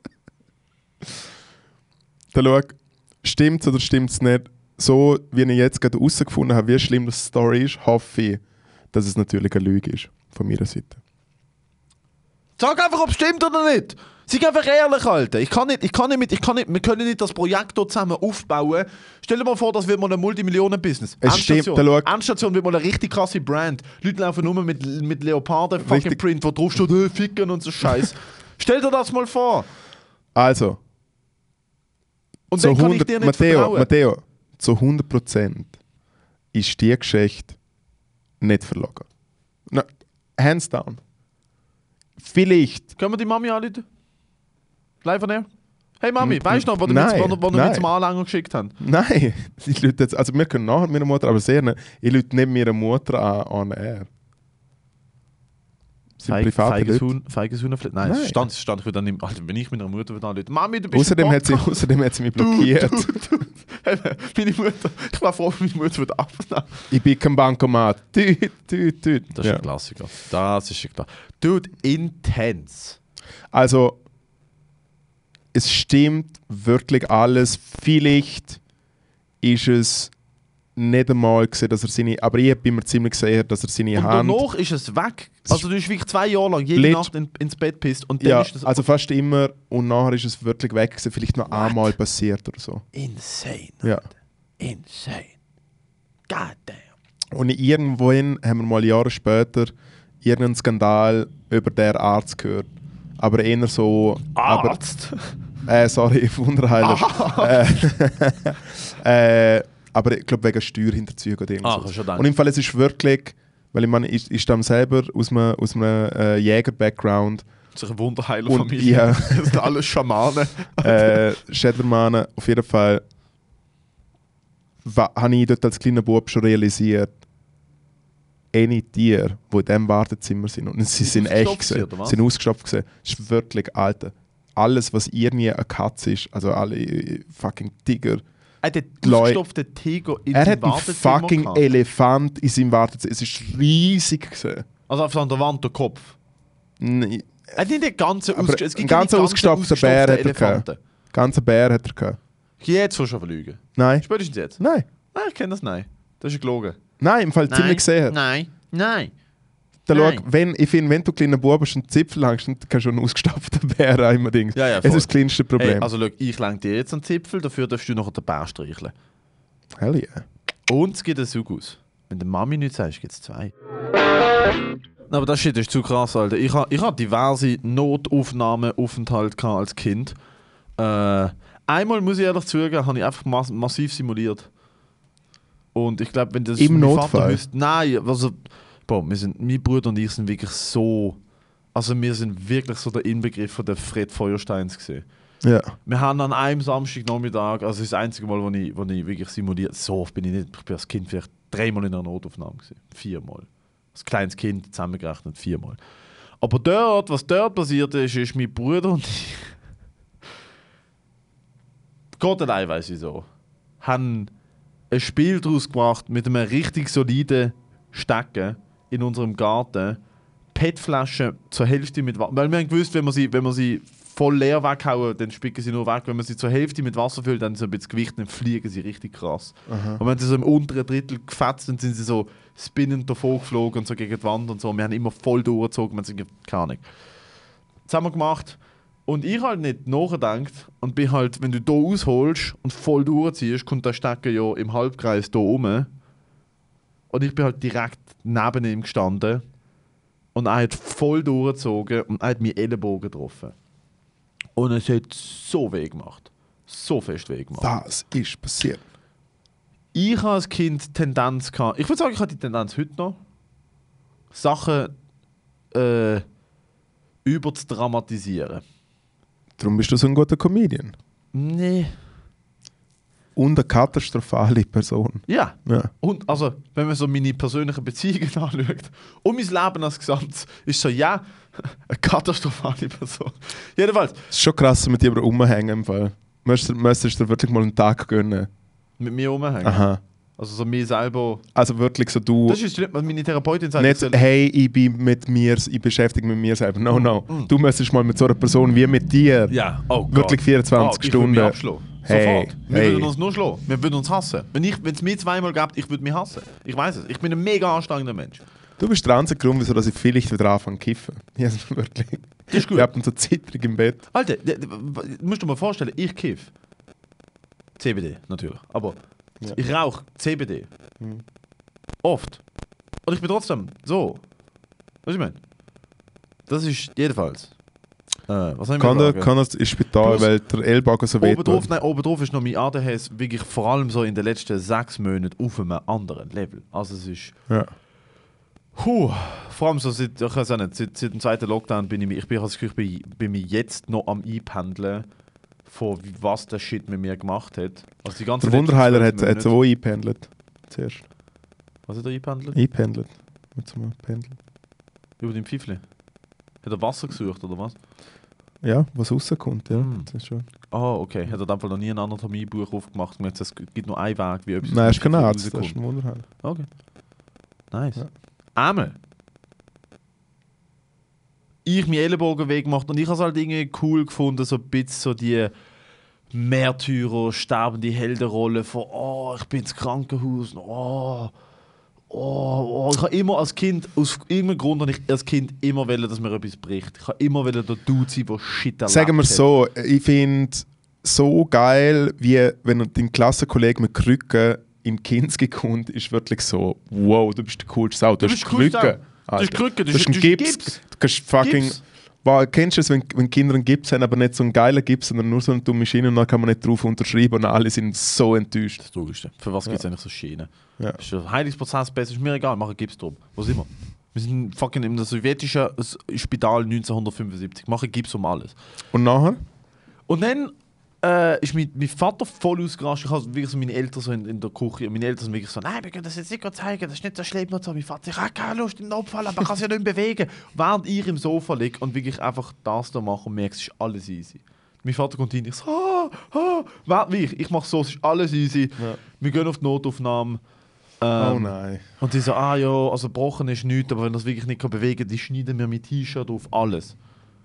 Dann schau, stimmt's oder stimmt's nicht? So, wie ich jetzt gerade herausgefunden habe, wie schlimm das Story ist, hoffe ich, dass es natürlich eine Lüge ist, von meiner Seite. Sag einfach, ob es stimmt oder nicht. Sei einfach ehrlich, Alter. Ich kann nicht, ich kann nicht mit, ich kann nicht, wir können nicht das Projekt hier zusammen aufbauen. Stell dir mal vor, das wird mal ein Multimillionen-Business. Es stimmt, dann schau. Endstation wird mal eine richtig krasse Brand. Leute laufen nur mit, mit Leoparden fucking Richtig. Print, wo drauf steht, hey, ficken und so Scheiß. Stell dir das mal vor. Also, Und zu dann kann ich hundert dir nicht Matteo, vertrauen. Matteo, zu hundert Prozent ist die Geschichte nicht verlogen. Na, hands down. Vielleicht, Können wir die Mami anrufen? Live von her. Hey Mami, N- weißt du noch, wo du nein, mich, wo, wo du nein. mich zum Anlanger geschickt hast? Nein, ich lüte jetzt, also wir können nachher meiner Mutter, aber sehr nicht. Ich lüte nicht meiner Mutter an on air. Sind Feig, private feiges Leute. Huhn, feiges Huhnenfleisch. Nein, Nein. es stand, es stand, ich würde dann nicht, Alter, wenn ich mit einer Mutter würde anrufen, Mami, du bist Außerdem im hat, sie, Podcast. außerdem hat sie mich blockiert. Du, du, du. Hey, meine Mutter, ich war froh, meine Mutter würde abnehmen. Ich bin kein Bankomat. Tüt, tüt, tüt. Das ist Ja. ein Klassiker. Das ist ein Klassiker. Dude, intens. Also, es stimmt wirklich alles. Vielleicht ist es nicht einmal gesehen, dass er seine. Aber ich bin mir ziemlich sicher, dass er seine Und Hand. danach ist es weg. Also du hast wirklich zwei Jahre lang jede Lit- Nacht in, ins Bett pisst und dann Ja, ist das also fast immer. Und nachher ist es wirklich weg gewesen. Vielleicht noch What? einmal passiert oder so. insane. Ja. Insane. God damn. Und irgendwohin haben wir mal Jahre später irgendeinen Skandal über der Arzt gehört. Aber eher so. Arzt? Aber, äh, sorry, Wunderheiler. äh, äh, aber ich glaube wegen Steuerhinterzügen oder Ah, irgendwas. kannst du schon denken. Und im Fall es ist wirklich, weil ich meine, ich, ich stamme selber aus einem, aus einem äh, Jäger-Background. Das ist eine Wunderheiler Und Familie. ja. Das sind alles Schamanen. äh, Schädlermannen, auf jeden Fall habe ich dort als kleiner Bub schon realisiert, eine Tiere, die in diesem Wartezimmer sind, und sie sind echt ausgestopft gewesen, oder was? sind ausgestopft gewesen. Das ist wirklich, Alter. Alles, was irgendwie eine Katze ist, also alle äh, fucking Tiger. Er hat den Leute- ausgestopften Tiger in Er seinem hat einen Wartezimmer fucking gehabt. Elefant in seinem Wartezimmer. Es ist riesig gewesen. Also einfach an der Wand der Kopf. N- Er hat nicht den ganzen Aber ausgestopften... Es gibt einen ganzen keine ausgestopften Bär hat er Elefanten. Ganzer Bär hat er gehabt. Jetzt schon verlügen. Nein, Spätestens jetzt. nein, Nein, ich kenne das nicht. Das ist gelogen. nein, im Fall ziemlich sicher. Nein, nein. Da schau, Nein. wenn, ich finde, wenn du kleiner Bub bist und Zipfel hast, dann kannst du einen ausgestopften Bär haben, immer Dings. Ja, ja, es voll. ist das kleinste Problem. Hey, also schau, ich lenke dir jetzt einen Zipfel, dafür darfst du nachher den Bär streicheln. Hell yeah. Und es gibt einen Sugus. Wenn der Mami nichts sagst, gibt es zwei. Aber das Shit ist zu krass, Alter. Ich habe ich ha diverse Notaufnahmeaufenthalte als Kind. Äh, einmal, muss ich ehrlich zugeben, habe ich einfach mass massiv simuliert. Und ich glaube, wenn das Im mein Notfall? Vater wüsste... Nein, also... Boah, wir sind, mein Bruder und ich sind wirklich so... Also wir sind wirklich so der Inbegriff von der Fred Feuersteins gesehen. Ja. Wir haben an einem Samstagnachmittag, also das ist das einzige Mal, wo ich, wo ich wirklich simuliert, so oft bin ich nicht, ich bin als Kind vielleicht dreimal in einer Notaufnahme gewesen, viermal. Als kleines Kind zusammengerechnet viermal. Aber dort, was dort passiert ist, ist mein Bruder und ich, Gott allein weiss ich so, haben ein Spiel daraus gemacht mit einem richtig soliden Stecken in unserem Garten, P E T-Flaschen zur Hälfte mit Wasser. Weil wir haben gewusst, wenn wir sie, wenn wir sie voll leer weghauen, dann spicken sie nur weg. Wenn man sie zur Hälfte mit Wasser füllt, dann so ein bisschen Gewicht, dann fliegen sie richtig krass. Aha. Und wenn sie so im unteren Drittel gefetzt sind, sind sie so spinnend davor geflogen und so gegen die Wand und so. Wir haben immer voll durchgezogen, wir sind keine Ahnung. Das haben wir gemacht. Und ich halt nicht nachgedacht und bin halt, wenn du hier ausholst und voll durchziehst, kommt der Stecker ja im Halbkreis hier rum. Und ich bin halt direkt neben ihm gestanden. Und er hat voll durchgezogen und er hat meinen Ellenbogen getroffen. Und es hat so weh gemacht. So fest weh gemacht. Was ist passiert? Ich habe als Kind Tendenz gehabt, ich würde sagen, ich habe die Tendenz heute noch, Sachen äh, über zu dramatisieren. Darum bist du so ein guter Comedian. Nee. Und eine katastrophale Person. Ja. Ja. Und also, wenn man so meine persönlichen Beziehungen anschaut und mein Leben als Gesamt, ist so, ja, eine katastrophale Person. Jedenfalls, Es ist schon krass, mit dir rumhängen im Fall. Müsstest müsstest du dir wirklich mal einen Tag gönnen. mit mir rumhängen. Aha. Also so mir selber. Also wirklich so du... Das ist nicht, was meine Therapeutin sagt. Nicht, ich soll- hey, ich bin mit mir, ich beschäftige mich mit mir selber. No, no. Mm. Du müsstest mal mit so einer Person wie mit dir Ja, oh Gott. wirklich vierundzwanzig Oh, ich würde mich Stunden. abschlagen. Hey, Sofort. Wir hey. würden uns nur schlagen. Wir würden uns hassen. Wenn ich- wenn es mir zweimal gab, ich würde mich hassen. Ich weiß es. Ich bin ein mega anstrengender Mensch. Du bist der einzige Grund, wieso dass ich vielleicht wieder anfange zu kiffen. Ja, also wirklich. Das ist gut. Ich hab dann so zittrig im Bett. Alter, d- d- w- musst du dir mal vorstellen, ich kiff. C B D, natürlich. Aber Ja. ich rauche C B D. Mhm. Oft. Und ich bin trotzdem so. Weißt du, ich meine? Das ist jedenfalls. Äh, was soll ich Kann mir er, sagen? kann er ins Spital, Plus- weil der Ellbogen so weh Obendrauf, tut. nein, obendrauf ist noch mein A D H S wirklich vor allem so in den letzten sechs Monaten auf einem anderen Level. Also es ist... Ja. Puh, vor allem so seit, ich weiß auch nicht, seit, seit dem zweiten Lockdown bin ich, mir- ich bin, ich habe das Gefühl, ich bin, bin mir jetzt noch am Einpendeln von wie- was der Shit mit mir gemacht hat. Also die ganze Der Wunderheiler hat letzten hat zwölf so eingependelt. Zuerst. Monate- Was hat er eingependelt? Eingependelt. Mit so einem Pendel. Über den Pfeifli. Hat er Wasser gesucht oder was? Ja, was rauskommt, ja. Mm. Das ist schon. Ah, okay. Hat er dann noch nie ein Anatomiebuch aufgemacht und jetzt es gibt nur einen Weg, wie etwas Nein, er ist kein Pfeifli Arzt, das rauskommt. ist ein Wunderheiler. Okay. Nice. Ja. Einmal. Ich meinen Ellenbogenweg gemacht und ich habe es halt irgendwie cool gefunden, so ein bisschen so die Märtyrer, sterbende Heldenrolle von «Oh, ich bin ins Krankenhaus», «Oh, oh, oh». Ich habe immer als Kind, aus irgendeinem Grund habe ich als Kind immer wollen, dass mir etwas bricht. Ich habe immer wollen, der Dude sein, der Shit erlebt Sagen wir hat. so, ich finde so geil, wie wenn dein Klassenkollege mit Krücken in Kinski kommt, ist wirklich so, wow, du bist der coolste Sau. Du, Du hast bist der coolste Krücken. Sau. Du hast Alter. Krücken, du Du hast hast- einen du hast Gips. Gips. Du kannst fucking... Gips. Wow, kennst du es, wenn, wenn Kinder einen Gips haben, aber nicht so einen geilen Gips, sondern nur so eine dumme Schiene und dann kann man nicht drauf unterschreiben und alle sind so enttäuscht. Das Traurigste. Für was gibt es eigentlich so Schienen? Ja. Ist der Heilungsprozess besser? Ist mir egal, mach einen Gips drum. Wo sind wir? Wir sind fucking im sowjetischen Spital neunzehnhundertfünfundsiebzig. Mach einen Gips um alles. Und nachher? Und dann äh, ist mein, mein Vater voll ausgerastet. Ich habe wirklich so meine Eltern so in, in der Küche. Meine Eltern sind wirklich so: «Nein, wir können das jetzt nicht zeigen, das ist nicht so schlimm.» Und so. Mein Vater: «Ich habe keine Lust in den Notfall, aber man kann sich ja nicht mehr bewegen.» Während ich im Sofa liege und wirklich einfach das da mache und merke, es ist alles easy. Mein Vater kommt hin, ich so: «Ah, ah.» Während wie ich, ich mache so, es ist alles easy. Ja. Wir gehen auf die Notaufnahme. Oh Ähm, nein. und die so: «Ah ja, also gebrochen ist nichts, aber wenn das wirklich nicht kann bewegen kann, die schneiden mir mit T-Shirt auf alles.»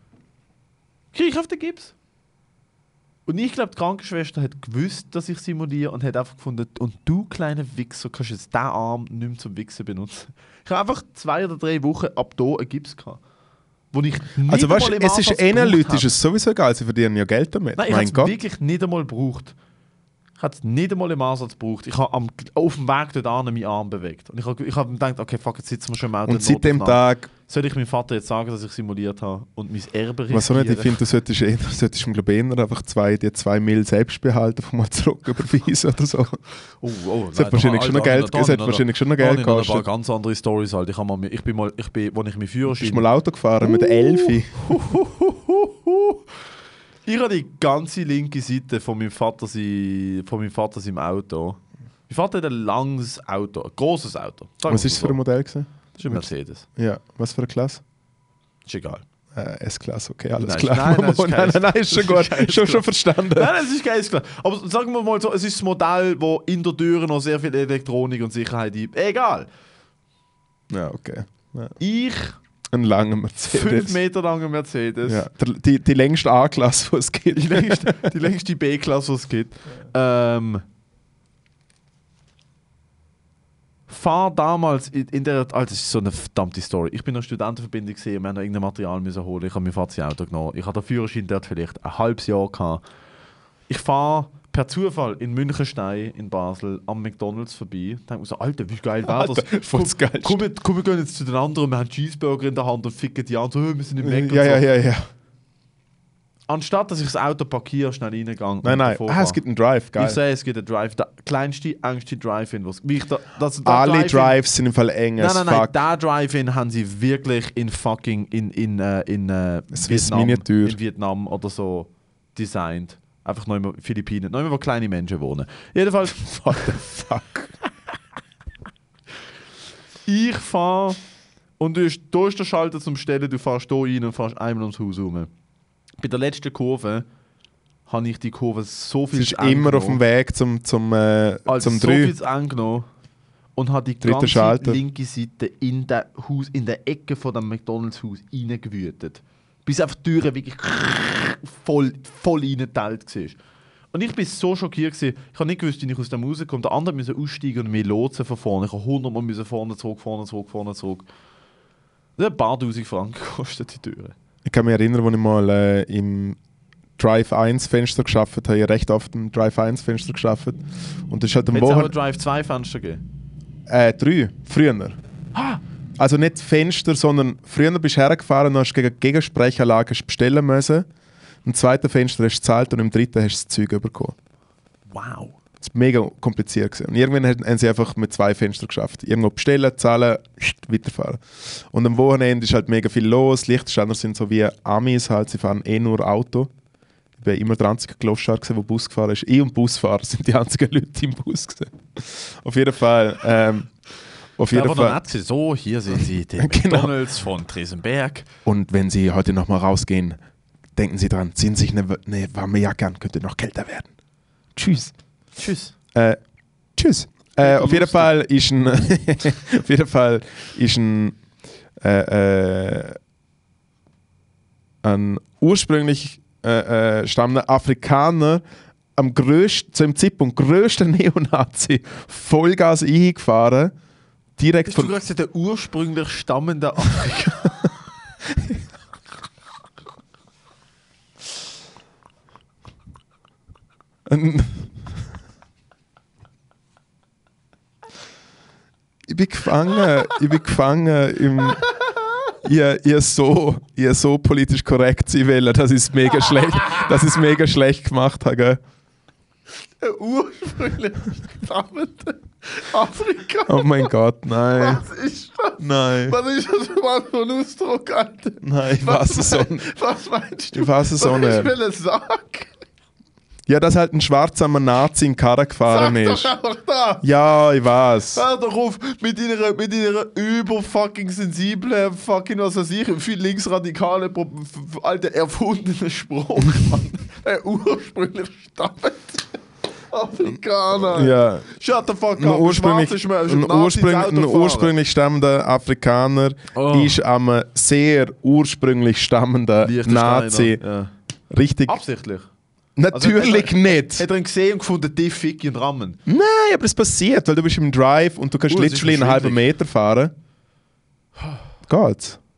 Krieg ich auf den Gips. Und ich glaube, die Krankenschwester hat gewusst, dass ich simuliere und hat einfach gefunden, und du kleiner Wichser kannst jetzt diesen Arm nicht mehr zum Wichsen benutzen. Ich habe einfach zwei oder drei Wochen ab hier einen Gips gehabt. Wo ich nicht Also weißt du, einmal im es ist Ansatz einen gebraucht Leuten habe. ist es sowieso egal, sie verdienen ja Geld damit. Nein, ich mein habe Gott. es wirklich nicht einmal gebraucht. Ich habe es nicht einmal im Ansatz gebraucht. Ich habe am, auf dem Weg dort an meinen Arm bewegt. Und ich habe, ich habe gedacht, okay, fuck, jetzt sitzen wir schon mal Und seit dem Tag, Soll ich meinem Vater jetzt sagen, dass ich simuliert habe und mein Erbe was auch nicht, ich riskieren? finde, du solltest, eher, du solltest ihm glaube ich eher einfach zwei, die zwei Mil selbst behalten, von mal zurück überweisen oder so. Oh, oh, Es hat wahrscheinlich schon noch Geld, es hat wahrscheinlich schon noch Geld gekostet. Ein paar gekostet. ganz andere Storys halt. Ich, habe mal, ich bin mal, ich bin, als ich meinen Du Führerschein... bist mal Auto gefahren mit der Elfi. Ich habe die ganze linke Seite von meinem Vater, sein, von meinem Vater seinem Auto. Mein Vater hat ein langes Auto, ein grosses Auto. Sagen Was wir ist es so. für ein Modell gewesen? Das ist ein Mercedes. Ja, was für eine Klasse? Ist egal. Äh, S-Klasse, okay, alles Nein, klar. nein, nein, ist nein, kein- nein, nein, ist schon das ist gut. kein Schon, schon S-Klasse. verstanden. Nein, das ist geil, klar. Aber sagen wir mal so, es ist das Modell, wo in der Tür noch sehr viel Elektronik und Sicherheit gibt. Egal. Ja, okay. Ja. Ich, Ein langer fünf Mercedes. Meter langer Mercedes. Ja, der, die, die längste A-Klasse, die es gibt. Die längste, die längste B-Klasse, die es gibt. Ähm, fahr damals in, in der. Also, das ist so eine verdammte Story. Ich bin in der Studentenverbindung gesehen, wir haben noch irgendein Material müssen holen. Ich habe mein Vater sein Auto genommen. Ich hatte den Führerschein dort vielleicht ein halbes Jahr gehabt. Ich fahre per Zufall in Münchenstein in Basel am McDonalds vorbei. Ich denke mir so: Alter, wie geil wäre das? Alter, voll das Geilste. Komm, komm, komm, wir gehen jetzt zu den anderen, wir haben Cheeseburger in der Hand und ficken die an. So, wir sind im Mac und Ja, so. ja, ja, ja. Anstatt dass ich das Auto parkiere, schnell reingegangen. Nein, nein. Ah, es gibt einen Drive, geil. Ich sehe, es gibt einen Drive. Der kleinste, engste Drive-In. was- wie ich da- das- der Alle Drive-In- Drives sind im Fall eng Nein, as nein, nein. fuck. Der Drive-In haben sie wirklich in fucking in, in, äh, in äh, Swiss Vietnam, Miniatur. in Vietnam oder so designt. Einfach noch immer Philippinen. Noch immer, wo kleine Menschen wohnen. Jedenfalls, What the fuck? ich fahre und du hast, da ist der Schalter zum Stellen, du fährst hier rein und fährst einmal ums Haus herum. Bei der letzten Kurve habe ich die Kurve so viel Es ist immer auf dem Weg zum, zum, äh, also zum so drei. viel zu eng genommen und hat die Dritter ganze Schalter. linke Seite in der, Haus, in der Ecke von dem McDonalds-Haus reingewütet. Bis einfach die Türe wirklich voll, voll reingeteilt war. Und ich war so schockiert. Gewesen. Ich habe nicht gewusst, wie ich aus dem rauskomme. Der andere musste aussteigen und mich lotsen von vorne. Ich habe hundertmal müssen vorne zurück, vorne zurück, vorne zurück. Das hat ein paar tausend Franken gekostet, die Türe. Ich kann mich erinnern, als ich mal äh, im Drive eins Fenster geschafft habe. Ich habe recht oft im Drive eins Fenster geschafft. Und das ist halt am Hätte es auch ein Wochenende... Drive zwei Fenster gegeben? Äh, drei, früher. Ah! Also nicht Fenster, sondern früher bist du hergefahren und hast gegen die Gegensprechanlage bestellen müssen. Im zweiten Fenster hast du gezahlt und im dritten hast du das Zeug bekommen. Wow. Das mega kompliziert gewesen. Und irgendwann haben sie einfach mit zwei Fenstern geschafft. Irgendwo bestellen, zahlen, weiterfahren. Und am Wochenende ist halt mega viel los. Lichtständer sind so wie Amis halt, sie fahren eh nur Auto. Ich war immer der einzige Gloschar, der Bus gefahren ist. Ich und Busfahrer sind die einzigen Leute im Bus gewesen. Auf jeden Fall. Ähm, auf jeden aber Fall. dann hat sie so, hier sehen Sie den Genau. McDonalds von Tresenberg. Und wenn Sie heute noch mal rausgehen, denken Sie dran, ziehen Sie sich eine, eine warme Jacke an, könnte noch kälter werden. Tschüss. Tschüss. Äh, tschüss. Äh, auf jeden Fall ist ein, auf jeden Fall ist ein, äh, äh, ein ursprünglich äh, äh, stammender Afrikaner am grössten, zu dem Zeitpunkt grösster Neonazi Vollgas eingefahren. Direkt Hast du von. gerade gesagt, der ursprünglich stammende Afrika? Ich bin gefangen, ich bin gefangen im. Ihr, ihr, so, ihr so politisch korrekt sein wollen, dass ich es mega schlecht, dass ich es mega schlecht gemacht habe. Gell? Der ursprünglich stammende Afrika? Oh mein Gott, nein. Was ist das? Nein. Was ist das überhaupt für ein Ausdruck, Alter? Nein, ich weiß es so nicht. Was meinst du? Ich weiß es so Was nicht. will ich sagen? Ja, dass halt ein schwarzer Nazi in Karre gefahren Sag ist. doch einfach da! Ja, ich weiß. Hör doch auf mit deiner, mit deiner über fucking sensiblen, fucking was weiß ich, viel linksradikale, Pro- f- f- alte erfundene Spruch, Mann. Der ursprünglich stammt. Afrikaner. Ja. Shut the fuck Ein up. ursprünglich, Schwarze Schmerz, ein, Nazis ursprünglich, ein Auto fahren. ursprünglich stammender Afrikaner Oh. ist am sehr ursprünglich stammenden Liechtensteiner. Nazi. Ja. Richtig. Absichtlich. Natürlich Also, nicht. Hat er ihn gesehen und gefunden, die Ficky und Rammen? Nein, aber es passiert, weil du bist im Drive und du kannst Uh, es ist literally einen halben verschwindelig. Meter fahren. Geht's?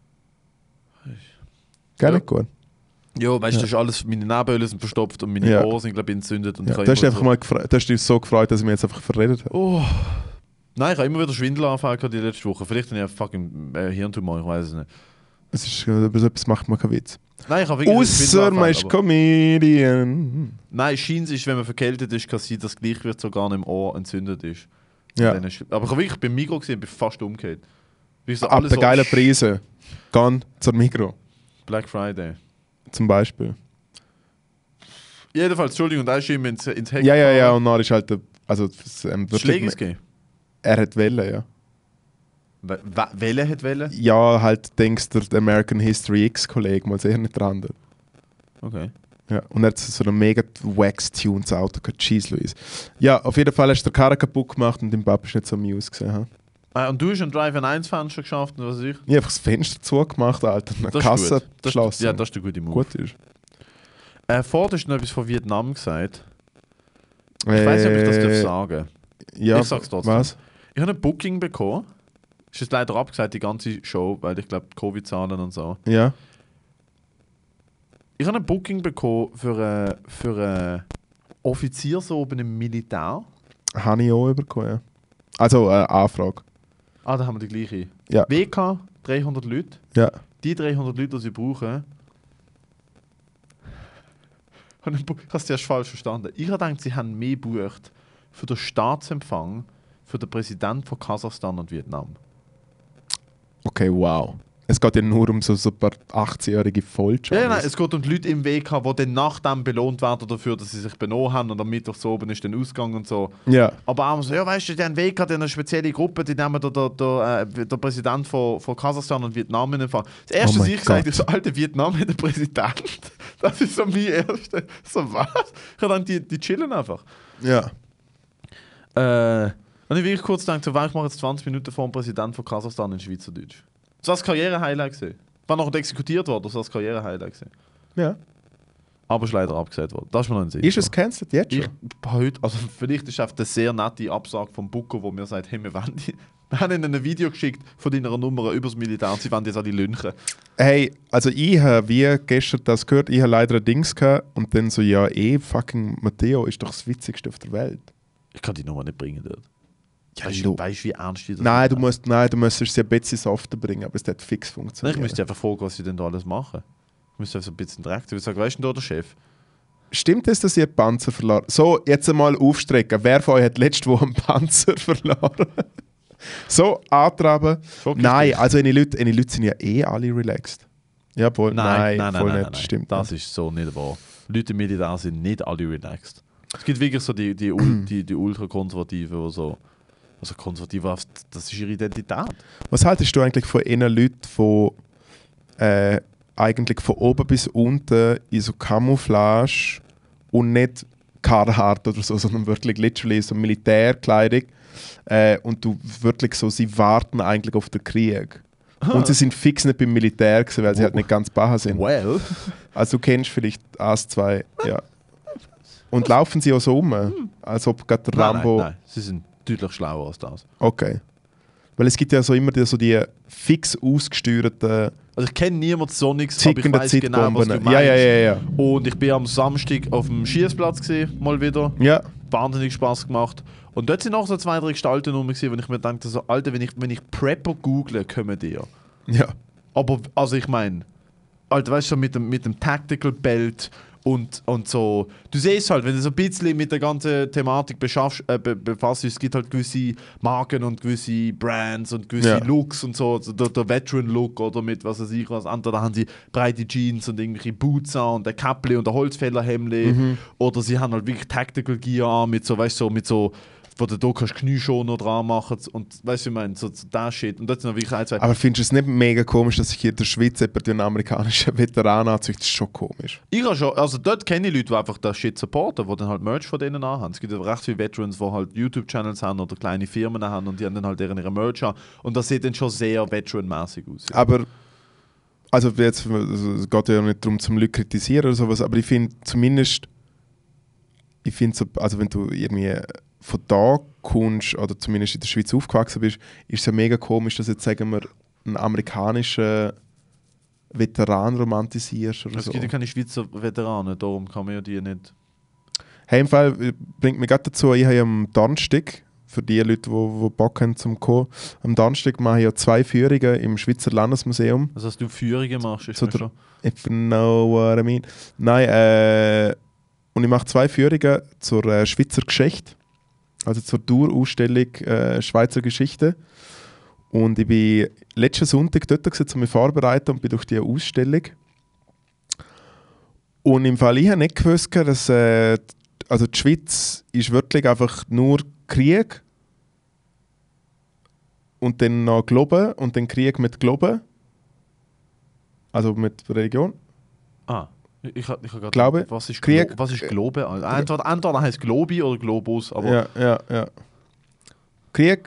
Gar Ja. nicht gut. Ja, weißt du, das ist alles, meine Nebenhöhlen sind verstopft und meine Ja. Ohren sind, glaube ich, entzündet. Und Ja. ich habe Du hast immer einfach so- mal gefre- du hast dich so gefreut, dass ich mich jetzt einfach verredet habe. Oh. Nein, ich habe immer wieder Schwindelanfälle gehabt die letzte Woche. Vielleicht habe ich einen fucking äh, Hirntumor, ich weiß es nicht. Es ist, über so etwas macht man keinen Witz. Nein, ich habe wirklich einen Ausser man Schwindelanfall, ist aber- Comedian. Nein, scheint ist, wenn man verkältet ist, kann es sein, dass gleich wird sogar noch im Ohr entzündet ist. Ja. Und dann ist- Aber ich habe wirklich beim Migros gesehen, bin fast umgekehrt. Wie so Ab alles der so geilen sch- Preise. Gehen zur Migros. Black Friday. Zum Beispiel. Jedenfalls, Entschuldigung, da ist ihm ins, ins Heck Ja, ja, ja. gefahren. Und dann ist halt der, also es, ähm, wirklich, Schläges gegeben. er hat Welle, ja. We- we- Welche hat Welle? Ja, halt denkst du, der American History X-Kollege, mal sicher nicht dran. Okay. Ja, und er hat so ein mega wax-tuned Auto gehabt, Cheese Louise. Ja, auf jeden Fall hast du den Karren kaputt gemacht und dein Papa ist nicht so amused gesehen. Ha? Ah, und du hast ein Drive eins Fenster geschafft und was weiß ich. Ich habe einfach das Fenster zugemacht, Alter, und eine Das ist Kasse gut. Das ist- geschlossen. Ja, das ist der gute Move. gut ist. Äh, vorher hast du noch etwas von Vietnam gesagt. Ich weiß nicht, ob ich das darf Äh, sagen. Ja, Ich sag's trotzdem. was? Ich habe ein Booking bekommen. Ist jetzt leider abgesagt, die ganze Show, weil ich glaube, Covid-Zahlen und so. Ja. Ich habe ein Booking bekommen für einen für eine Offiziersoben im Militär. Habe ich auch bekommen, ja. Also, äh, Anfrage. Ah, da haben wir die gleiche. Ja. W K, dreihundert Leute. Ja. Die dreihundert Leute, die sie brauchen. habe ein Bu- Ich habe es erst falsch verstanden. Ich habe gedacht, sie haben mehr gebucht für den Staatsempfang für den Präsidenten von Kasachstan und Vietnam. Okay, wow. Es geht ja nur um so, so ein paar achtzehnjährige Volljobs. Ja, nein, es geht um die Leute im W K, die dann nach dem belohnt werden dafür, dass sie sich benommen haben und am Mittwoch so oben ist der Ausgang und so. Ja. Aber auch so, ja, weißt du, die haben W K, die haben eine spezielle Gruppe, die nehmen der, der, der, äh, der Präsident von, von Kasachstan und Vietnam in den Fall. Das erste, Oh was mein ich gesagt habe, Gott. so, alter, Vietnam hat einen Präsident. Das ist so mein erster. So, was? Ich habe gedacht, die, die chillen einfach. Ja. Äh, und ich wirklich kurz gedacht, so, weil ich mache jetzt zwanzig Minuten vor dem Präsidenten von Kasachstan in Schweizerdeutsch. Das war das Karriere-Highlight gesehen. War noch nicht exekutiert worden, das war das Karriere-Highlight gesehen. Ja. Aber ist leider abgesagt worden. Das ist mir noch ein Sinn. Ist es cancelled jetzt Ich schon? heute, also vielleicht ist einfach eine sehr nette Absage vom Buko, wo mir sagt, hey, wir, wollen die, wir haben ihnen ein Video geschickt von deiner Nummer übers Militär und sie wollen jetzt auch die lynchen. Hey, also ich habe wie gestern das gehört, ich habe leider ein Dings gehabt und dann so, ja eh, fucking Matteo ist doch das Witzigste auf der Welt. Ich kann die Nummer nicht bringen dort. Ja, weißt, du- du, weißt du, wie ernst die das Nein, du nehmen? musst, nein, du müsstest sie ein bisschen softer bringen, aber es hat fix Nein, funktioniert. ich müsste einfach fragen, was sie denn da alles machen. Ich müsste einfach so ein bisschen direkt. Ich würde sagen, weißt du denn da der Chef? stimmt es, dass ihr Panzer verloren? So, jetzt einmal aufstrecken. Wer von euch hat letzte Woche einen Panzer verloren? So, antraben. Nein, also eine Leute, eine Leute sind ja eh alle relaxed. Jawohl, nein, Nein, nein, nein, voll nein, nicht. nein, nein. Stimmt Das nicht. ist so nicht wahr. Leute im Militär sind nicht alle relaxed. Es gibt wirklich so die, die, Ul- die, die Ultrakonservativen, die so. Also konservativ, das ist ihre Identität. Was haltest du eigentlich von den Leuten, die äh, eigentlich von oben bis unten in so Camouflage und nicht Carhartt oder so, sondern wirklich literally so Militärkleidung äh, und du wirklich so, sie warten eigentlich auf den Krieg. Und sie sind fix nicht beim Militär gewesen, weil sie halt nicht ganz baha sind. Well. Also du kennst vielleicht eins, zwei, ja. Und laufen sie auch so um, als ob gerade der Nein, Rambo... nein, nein, sie sind deutlich schlauer als das. Okay. Weil es gibt ja so immer die, so die fix ausgesteuerten Also ich kenne niemanden Sonnix, aber ich tickenden weiß genau, was du Zeitbomben. meinst. Ja, ja, ja, ja. Und ich bin am Samstag auf dem Schießplatz gesehen, mal wieder. Ja, Wahnsinnig Spaß gemacht. Und dort sind noch so zwei, drei Gestalten rum, gewesen, wo ich mir dachte, so, Alter, wenn ich, wenn ich Prepper google, kommen die ja. ja. Aber, also ich meine, Alter, weißt du, mit dem, mit dem Tactical Belt und, und so. Du siehst halt, wenn du so ein bisschen mit der ganzen Thematik beschaffst, äh, be, befasst, es gibt halt gewisse Marken und gewisse Brands und gewisse Ja. Looks und so. Also der, der Veteran-Look oder mit was weiß ich was. Andere, da haben sie breite Jeans und irgendwelche Boots an und ein Kappli und ein Holzfällerhemdli. Mhm. Oder sie haben halt wirklich Tactical Gear an mit so, weißt du, so, mit so, wo du da kannst Knieschoner dran machen und weißt du, ich meine, so, so das Shit. Und das sind noch wirklich ein, zwei. Aber findest du es nicht mega komisch, dass sich hier in der Schweiz jemand einen amerikanischen Veteran anzieht? Das ist schon komisch. Ich habe schon, also dort kenne ich Leute, die einfach das Shit supporten, die dann halt Merch von denen anhaben. Es gibt ja recht viele Veterans, die halt YouTube-Channels haben oder kleine Firmen haben und die haben dann halt deren ihre Merch an. Und das sieht dann schon sehr Veteran-mäßig aus. Ja. Aber, also jetzt, also es geht ja nicht darum, zum Leute kritisieren oder sowas, aber ich finde zumindest, ich finde so, also wenn du irgendwie von da kommst oder zumindest in der Schweiz aufgewachsen bist, ist es ja mega komisch, dass jetzt, sagen wir, einen amerikanischen Veteran romantisierst oder Es so. gibt ja keine Schweizer Veteranen, darum kann man ja die nicht. Hey, im Fall äh, bringt mich gerade dazu, ich habe ja am Donnerstag, für die Leute, die Bock haben zum kommen, am Donnerstag mache ich ja zwei Führungen im Schweizer Landesmuseum. Also, dass du Führungen machst, ist So mir der- schon. If you know what I mean. Nein, äh, und ich mache zwei Führungen zur äh, Schweizer Geschichte, also zur Dauerausstellung äh, Schweizer Geschichte. Und ich bin letzten Sonntag dort gewesen, um mich vorzubereiten und bin durch die Ausstellung. Und im Fall, ich habe nicht gewusst, dass äh, also die Schweiz ist wirklich einfach nur Krieg und dann noch Glauben und dann Krieg mit Glauben. Also mit Religion. Ah, ich, ich, ich habe Glaube, gerade. Was ist, Krieg- Glo was ist Globe? Also, entweder, entweder heißt Globi oder Globus, aber. Ja, ja, ja. Krieg,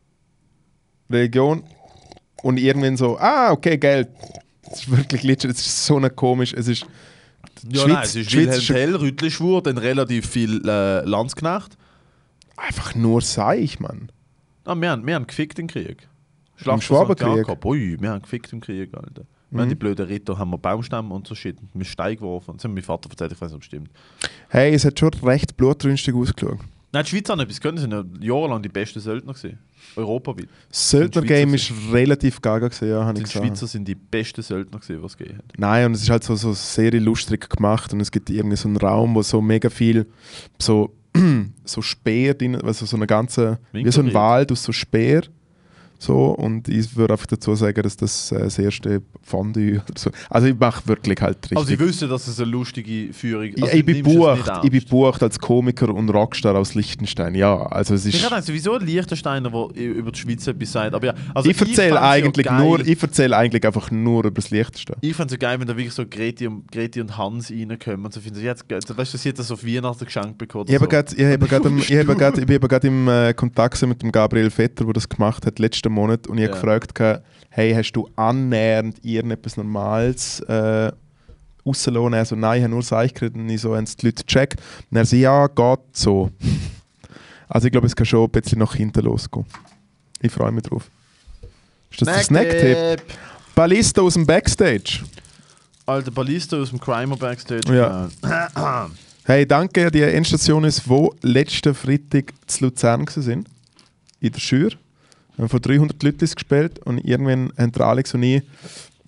Religion und irgendwann so, ah, okay, Geld. Das ist wirklich literally, es ist so eine komisch, es ist... die Ja, Schweiz- nein, es ist die Schweiz Wilhelm ist Tell, Rüttlischwur, dann relativ viel äh, Landsknecht. einfach nur Seich, Mann. Ah, wir, haben, wir haben gefickt im Krieg. Im Schwabenkrieg? Ui, wir haben gefickt im Krieg, Alter. Wir Mhm. haben die blöden Ritter, haben wir Baumstämme und so Shit mit Stein geworfen. Das hat mein Vater erzählt, ich weiß nicht, ob es stimmt. Hey, es hat schon recht blutrünstig ausgeschaut. Nein, die Schweiz hat etwas können, sind ja jahrelang die besten Söldner gewesen. Europaweit. Das Söldner-Game Die Schweizer ist relativ gaga gewesen, ja, habe Die ich gesagt. Schweizer sind die besten Söldner gewesen, was es gegeben hat. Nein, und es ist halt so, so sehr lustig gemacht und es gibt irgendwie so einen Raum, wo so mega viel so, so Speer drin, also so eine ganze, wie so ein Winkelried. Wald aus so Speer. So, und ich würde einfach dazu sagen, dass das äh, das erste Fondue oder so. Also ich mache wirklich halt richtig. Also, ich wüsste, dass es eine lustige Führung ist. ich, Also, ich, bin nimmst es nicht bucht, ernst. ich bin bucht als Komiker und Rockstar aus Liechtenstein. Ja, also es Ich ist. habe gedacht, wieso ein Liechtensteiner, der über die Schweiz etwas sagt. Aber ja, also ich erzähle fänd's eigentlich ja geil- nur, ich erzähle eigentlich einfach nur über das Liechtenstein. Ich fände es so geil, wenn da wirklich so Greti und, Greti und Hans reinkommen und so finden, jetzt, weißt du, sie hat das auf Weihnachten geschenkt bekommen. Ich habe so. gerade ich habe gerade im- ich habe gerade- ich bin eben gerade im äh, Kontakt gewesen mit dem Gabriel Vetter, der das gemacht hat letzten Monat, und ich habe Ja. gefragt, gehabt, hey, hast du annähernd irgendetwas Normales äh, rausgelassen? Er so, nein, ich habe nur Seich gekriegt. Und ich so, haben es die Leute gecheckt? Und er so, ja, geht so. Also ich glaube, es kann schon ein bisschen nach hinten losgehen. Ich freue mich drauf. Ist das der Snack-Tipp? Ballista aus dem Backstage. Alter Ballista aus dem Crimer Backstage. Ja. Äh, Hey, danke an die Endstationen, die letzten Freitag zu Luzern waren. In der Schür. Wir haben vor dreihundert Leuten gespielt und irgendwann haben der Alex und ich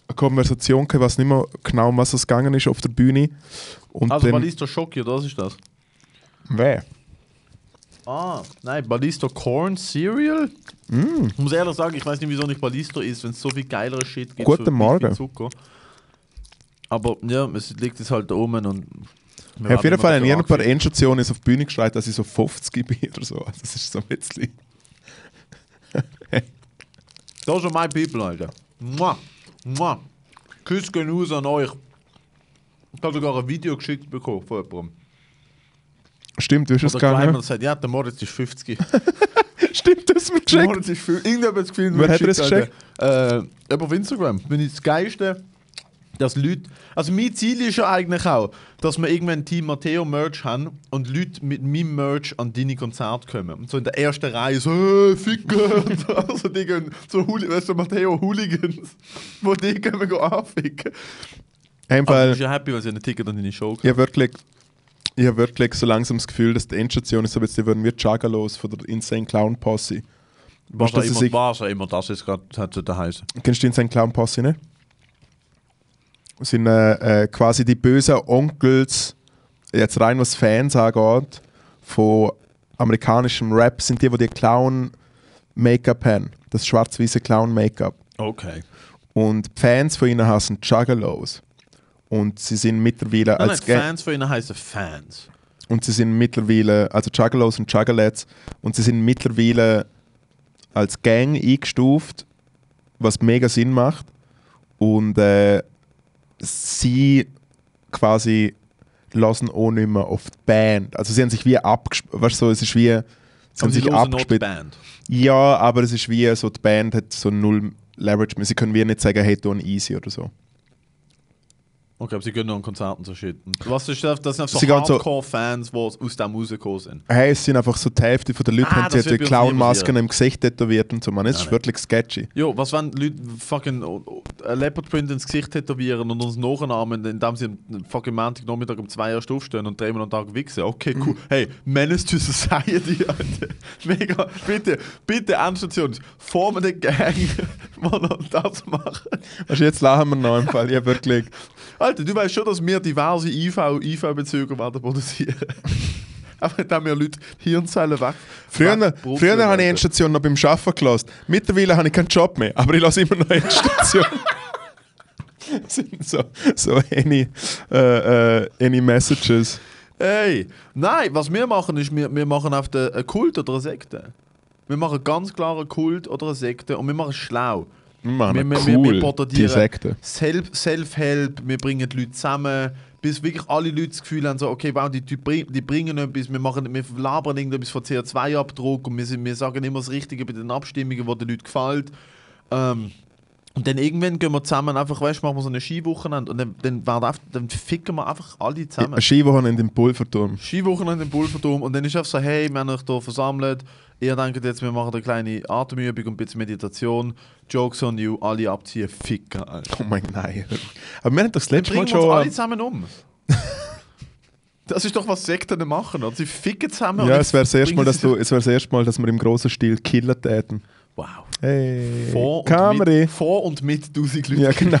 eine Konversation gehabt, ich weiß nicht mehr genau, um was es gegangen ist auf der Bühne. Und Also dann, Ballisto Schocki, oder was ist das? wer? Ah, nein, Ballisto Corn Cereal? Mm. Ich muss ehrlich sagen, ich weiß nicht, wieso nicht Ballisto ist, wenn es so viel geilere Shit gibt. Guten so Morgen. Zucker. Aber ja, es liegt jetzt halt da oben und... Ja, auf jeden Fall in irgendeiner Endstation ist auf die Bühne geschreit, dass ich so fünfzig bin oder so. Also das ist so ein bisschen... Das sind meine People, Alter. Mua, mua. Küss gehen raus an euch. Ich habe sogar ein Video geschickt bekommen von jemandem. Stimmt, du hast es Oder gegangen. Climber sagt, ja, der Moritz ist fünfzig. Stimmt, du hast mir Der geschickt. Moritz ist fünfzig. Irgendjemand hat das Gefühl, Wer hat dir das geschickt? Äh, jemand auf Instagram. Bin ich das Geilste, dass Leute... Also mein Ziel ist ja eigentlich auch, dass wir irgendwann ein Team Matteo Merch haben und Leute mit meinem Merch an deine Konzerte kommen. Und so in der ersten Reihe so, hey, Ficker! Und so, also die gehen so, Hooli- weißt du, Matteo Hooligans, wo die gehen wir anficken. Aber du Fall, bist ja happy, weil sie ein Ticket an deine Show ich habe wirklich, ich hab wirklich so langsam das Gefühl, dass die Endstation ist, so jetzt würden wir Juggalos von der Insane Clown Posse. Was Weißt du, auch dass sie immer, sich- was auch immer das jetzt gerade hat zu heißen. Kennst du die Insane Clown Posse, ne? Das sind äh, äh, quasi die bösen Onkels, jetzt rein was Fans angeht, von amerikanischem Rap, sind die, die die Clown-Make-up haben. Das schwarz-weiße Clown-Make-up. Okay. Und die Fans von ihnen heißen Juggalos. Und sie sind mittlerweile Nein, als nein, Gang- Fans von ihnen heißen Fans. und sie sind mittlerweile, also Juggalos und Juggalettes, und sie sind mittlerweile als Gang eingestuft, was mega Sinn macht. Und äh, sie quasi lassen auch nicht mehr auf die Band. Also sie haben sich wie abgespielt, weißt du, so, es ist wie, sie haben Aber sie sich hören noch die abgespielt. Band. Ja, aber es ist wie so, die Band hat so null Leverage mehr. Sie können wie nicht sagen, hey, du ein easy oder so. Okay, aber sie gehen noch an Konzerten so shit. Und was ist das? Das sind so Sie gehen so- Hardcore-Fans, die aus dem rausgekommen sind. Hey, es sind einfach so die Hälfte von den Leuten, Ah, haben das sich die wird bei uns nie Clown-Masken passieren. im Gesicht tätowiert und so, man. Es Ja, ist nein. wirklich sketchy. Jo, was wenn Leute fucking oh, oh, ein Leopard Print ins Gesicht tätowieren und uns nachahmen, indem sie am fucking Montagnachmittag um zwei erst aufstehen und dreimal am Tag wichsen? Okay, cool. Hey, Menace to Society, Alter. Mega. Bitte, bitte, Endstation. Formen den Gang, die noch das machen. Also jetzt lachen wir noch im Fall. Ja, wirklich. Alter, du weißt schon, dass wir diverse I V, I V-Bezüge werden produzieren. Aber da haben wir Leute Hirnzellen weg. Früher, wegbrutzeln, früher habe ich Alter. Endstation noch beim Arbeiten gelassen. Mittlerweile habe ich keinen Job mehr, aber ich lasse immer noch Endstation. Das sind so, so any, äh, äh, any messages. Hey, nein, was wir machen ist, wir, wir machen auf den einen Kult oder eine Sekte. Wir machen ganz klar einen Kult oder eine Sekte und wir machen es schlau. Mann, wir, wir, cool, wir, wir die porträtieren Sekte. Self- Self-Help, wir bringen die Leute zusammen, bis wirklich alle Leute das Gefühl haben, so, okay, wow, die, die, bring- die bringen etwas, wir, machen, wir labern irgendetwas von C O zwei Abdruck und wir, sind, wir sagen immer das Richtige bei den Abstimmungen, wo den Leuten gefällt. Ähm, und dann irgendwann gehen wir zusammen, einfach, weißt, machen wir so eine Skiwochenende und dann, dann, werden einfach, dann ficken wir einfach alle zusammen. Ein Skiwochen in dem Pulverturm. Skiwochenende im Pulverturm und dann ist einfach so, hey, wir haben euch hier versammelt, ihr denkt jetzt, wir machen eine kleine Atemübung und ein bisschen Meditation, Jokes on you, alle abziehen, ficken, Alter. Oh mein nein. Aber wir haben doch das Dann letzte Mal bringen wir uns schon... alle zusammen um. Das ist doch, was Sekten machen, oder? Sie ficken zusammen und Ja, dann es wäre das erste Mal, bringen dass sie du, sich- es wäre das erste Mal, dass wir im grossen Stil killen täten. Wow. Hey, Vor und, Kameri. mit, vor und mit tausend Leuten. Ja, genau.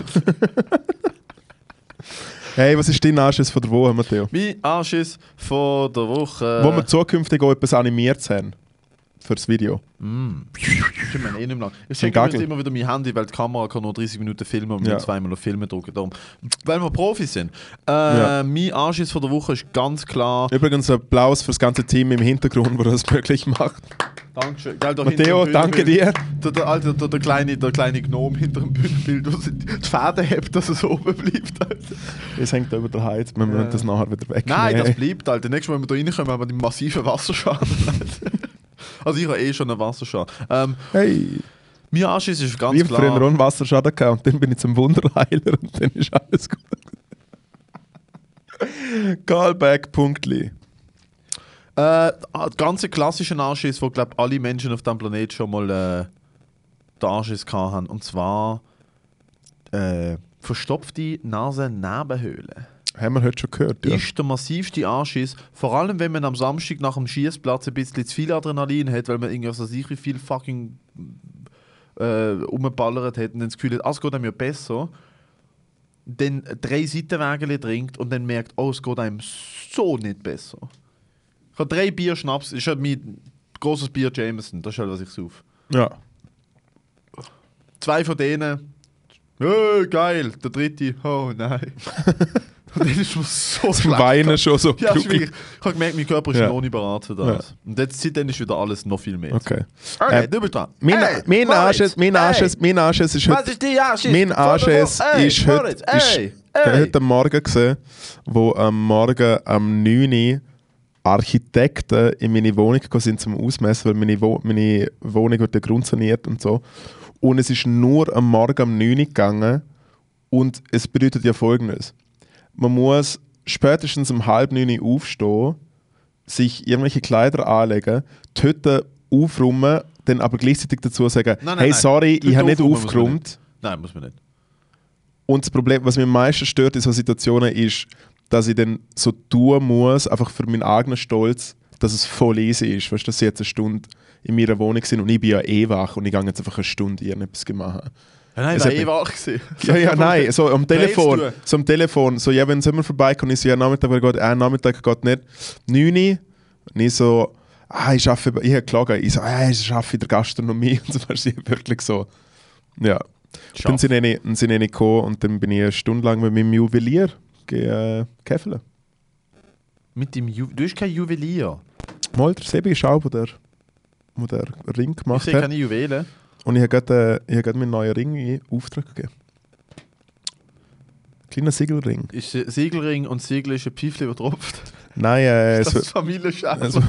Hey, was ist dein Anschiss von der Woche, Matteo? Mein Anschiss von der Woche. Wo wir zukünftig auch etwas animiert haben. Fürs Video. Mm. Ich meine eh nicht mehr lang. Ich Ein schenke Gagel. mir immer wieder mein Handy, weil die Kamera kann nur dreißig Minuten filmen und wir Ja. müssen zweimal auf Filme drücken. Darum. Weil wir Profis sind. Äh, Ja. Mein Anschiss von der Woche ist ganz klar. Übrigens Applaus für das ganze Team im Hintergrund, das das möglich macht. Dankeschön. Gell, da Matteo, hinter dem danke Bühnenbild- dir. Der, der, Alter, der, der, kleine, der kleine Gnome hinter dem Bühnenbild, der die Fäden hebt, dass es oben bleibt. Alter. Es hängt über der Heiz, wir Ja. müssen das nachher wieder wegnehmen. Nein, das bleibt, Alter. Nächstes Mal, wenn wir da reinkommen, haben wir den massiven Wasserschaden. Alter. Also ich habe eh schon einen Wasserschaden. Ähm, Hey, mein Anschiss ist ganz ich habe früher klar. auch einen Wasserschaden gehabt und dann bin ich zum Wunderheiler und dann ist alles gut. Callback, Punktli. Äh, der ganze klassische Anschiss, wo glaube alle Menschen auf diesem Planet schon mal äh, den Anschiss gehabt haben. Und zwar äh, verstopfte Nasennebenhöhle. Haben wir heute schon gehört, ja. Ist der massivste Anschiss, vor allem wenn man am Samstag nach dem Schießplatz ein bisschen zu viel Adrenalin hat, weil man irgendwie so sich wie viel fucking äh, umballert hat und dann das Gefühl hat, ah, es geht einem ja besser. dann drei Seitenwägel trinkt und dann merkt, oh, es geht einem so nicht besser. Ich habe drei Bier Schnaps, ist halt mein grosses Bier Jameson, das ist halt, was ich sauf. Ja. Zwei von denen, oh, geil, der dritte, oh nein. Und dann ist mir so Zum Weinen schon so. Ja, schwierig. Ich habe gemerkt, mein Körper ist Ja. noch nicht bereit für das. Ja. Und jetzt seitdem ist wieder alles noch viel mehr. Okay. Okay, Äh, du bist dran. Mein, Hey, mein Moritz, Anschiss, mein hey. Anschiss, mein Anschiss ist Was heute, ist die Anschiss? mein Anschiss Hey, ist Moritz, heute, ist, hey, ich habe hey. heute Morgen gesehen, wo am Morgen am neun Uhr Architekten in meine Wohnung gekommen sind zum Ausmessen, weil meine, Wo- meine Wohnung wird ja grundsaniert und so. Und es ist nur am Morgen um neun Uhr gegangen und es bedeutet ja Folgendes. Man muss spätestens um halb neun Uhr aufstehen, sich irgendwelche Kleider anlegen, die Hütte aufräumen, dann aber gleichzeitig dazu sagen, Nein, nein, hey, nein. sorry, Die ich habe nicht aufräumen muss man aufgeräumt. Nein, muss man nicht. Und das Problem, was mich am meisten stört in solchen Situationen, ist, dass ich dann so tun muss, einfach für meinen eigenen Stolz, dass es voll easy ist. Weißt du, dass sie jetzt eine Stunde in meiner Wohnung sind und ich bin ja eh wach und ich gehe jetzt einfach eine Stunde irgendetwas machen. Ja, nein, Es das hat war eh mich- wach gewesen. Ja, ja, nein, so am Telefon, Ravest so am Telefon, so, ja, wenn Sommer vorbeikommt, ich so, ja, Nachmittag geht, äh, Nachmittag geht nicht. neun Uhr, und ich so, ah, ich arbeite, ich habe gelogen, ich so, ah, ich arbeite in der Gastronomie, und so, weißt du, wirklich so, ja. Dann sind ich, dann sind ich gekommen und dann bin ich eine Stunde lang mit meinem Juwelier ge- äh, käfeln. Mit dem Ju du bist kein Juwelier. Mal, der Sebi ist auch, wo der, wo der Ring Ich gemacht sehe hat. keine Juwelen. Und ich habe gerade, äh, ich habe gerade meinen neuen Ring in Auftrag gegeben. Kleiner Siegelring. Ist ein Siegelring und das Siegel ist ein Pfeifchen, das tropft. Nein, äh, Das so, ist Familienschäfer. also-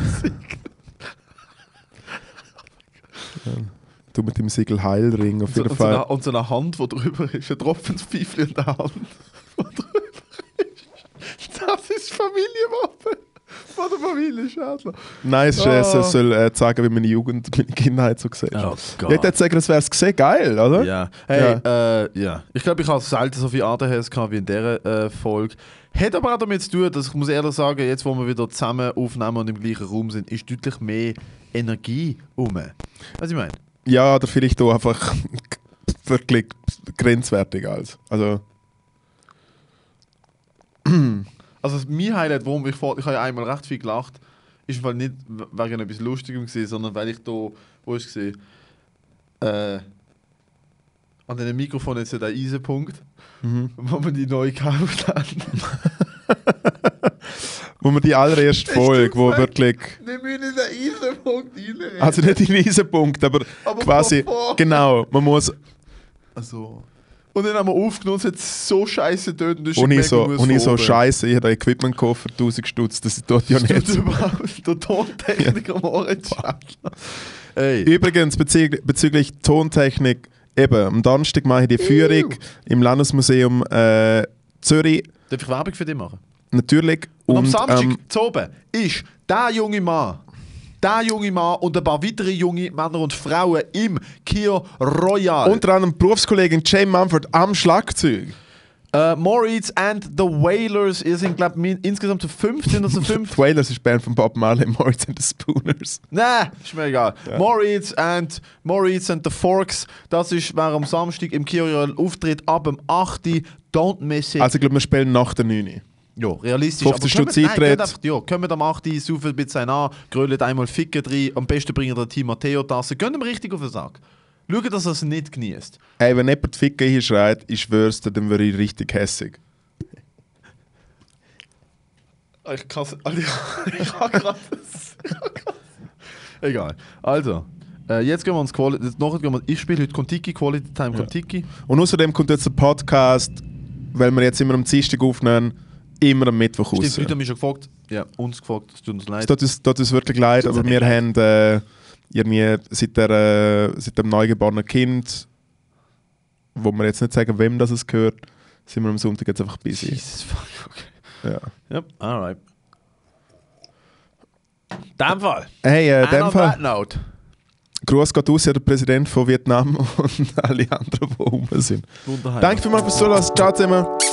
du mit dem Siegel Heilring auf Und so, jeden und, so Fall. eine, und so eine Hand, die drüber ist. Ein tropfendes Pfeifchen in der Hand, die drüber ist. Das ist Familienwappen von der Familie Schädler. Nein, es, ist, Ah. es es soll äh, zeigen, wie meine Jugend, meine Kindheit so gesehen Oh ist. Gott. Ich hätte sagen, das wäre es gesehen, geil, oder? Ja. Hey, ja. Äh, ja. Ich glaube, ich habe selten so viel A D H S gehabt wie in dieser äh, Folge. Hat aber auch damit zu tun, dass ich muss ehrlich sagen, jetzt wo wir wieder zusammen aufnehmen und im gleichen Raum sind, ist deutlich mehr Energie um. Was ich meine? Ja, oder vielleicht auch einfach wirklich grenzwertig als. Also, Also mein Highlight, warum ich vor, ich habe ja einmal recht viel gelacht, ist im Fall nicht wegen etwas Lustigem gewesen, sondern weil ich da, wo ist es gewesen? Äh, an dem Mikrofon jetzt ja der Eisenpunkt, mhm. wo wir die neu gekauft haben. wo wir die allererste Folge, wo wirklich, Wir müssen in den Eisenpunkt reinreden. also nicht in diesen Punkt, aber, Aber quasi, von vorne. genau, man muss, Also. Und dann haben wir aufgenommen, es hat so scheiße töten. und ich so, und ich so scheiße, ich habe ein Equipment gekauft für tausend Stutz, das tut ja Das nicht. tut überhaupt der Tontechniker Moritz Schädler. Ey. Übrigens, bezüglich, bezüglich Tontechnik, eben, am Donnerstag mache ich die Führung im Landesmuseum äh, Zürich, Darf ich Werbung für dich machen? natürlich. Und, am Und, Samstag ähm, zu oben ist der junge Mann, der junge Mann und ein paar weitere junge Männer und Frauen im Kia Royal. unter anderem Berufskollegin Jane Mumford am Schlagzeug. äh, Moritz and the Wailers, ihr sind, glaube ich, insgesamt so fünfzehn oder so fünf. Die Wailers ist die Band von Bob Marley, Moritz and the Spooners. Nein, ist mir egal. Moritz and Moritz and the Forks, das ist, wer am Samstag im Kia Royal auftritt, ab dem acht Uhr. Don't miss it. Also ich glaube, wir spielen nach der neun Uhr. Ja, realistisch. fünfzehn aber kommt- Stutz nein, Eintritt. geht einfach- Ja, kommt am acht Uhr, saufen ein bisschen an, grölt einmal Ficken rein, am besten bringen der Team Matteo-Tasse. Geht ihm richtig auf den Sack. Schaut, dass er es nicht genießt. Ey, wenn jemand Ficken hier schreit, ich schwör's dir, dann wäre ich richtig hässig. Ich kann es. Ich kann gerade. Egal. Also, äh, jetzt gehen wir uns Quality. Nachher gehen wir, ich spiele heute Kontiki, Quality Time Kontiki. Und außerdem kommt jetzt der Podcast, weil wir jetzt immer am Dienstag aufnehmen, immer am Mittwoch Stimmt, raus. die Leute haben mich schon gefragt. Ja, uns gefragt, es tut uns Es leid. tut uns, tut uns wirklich leid, aber wir haben äh, irgendwie seit, der, äh, seit dem neugeborenen Kind, wo wir jetzt nicht sagen, wem das es gehört, sind wir am Sonntag jetzt einfach busy. Jesus fuck, okay. Ja. Yep, alright. Dem Fall. Hey, äh, in And dem on Fall, that note. Gruß geht aus an den Präsident von Vietnam und alle anderen, die rum sind. Wunderheim. Danke vielmals fürs Zuhören. Ciao zusammen.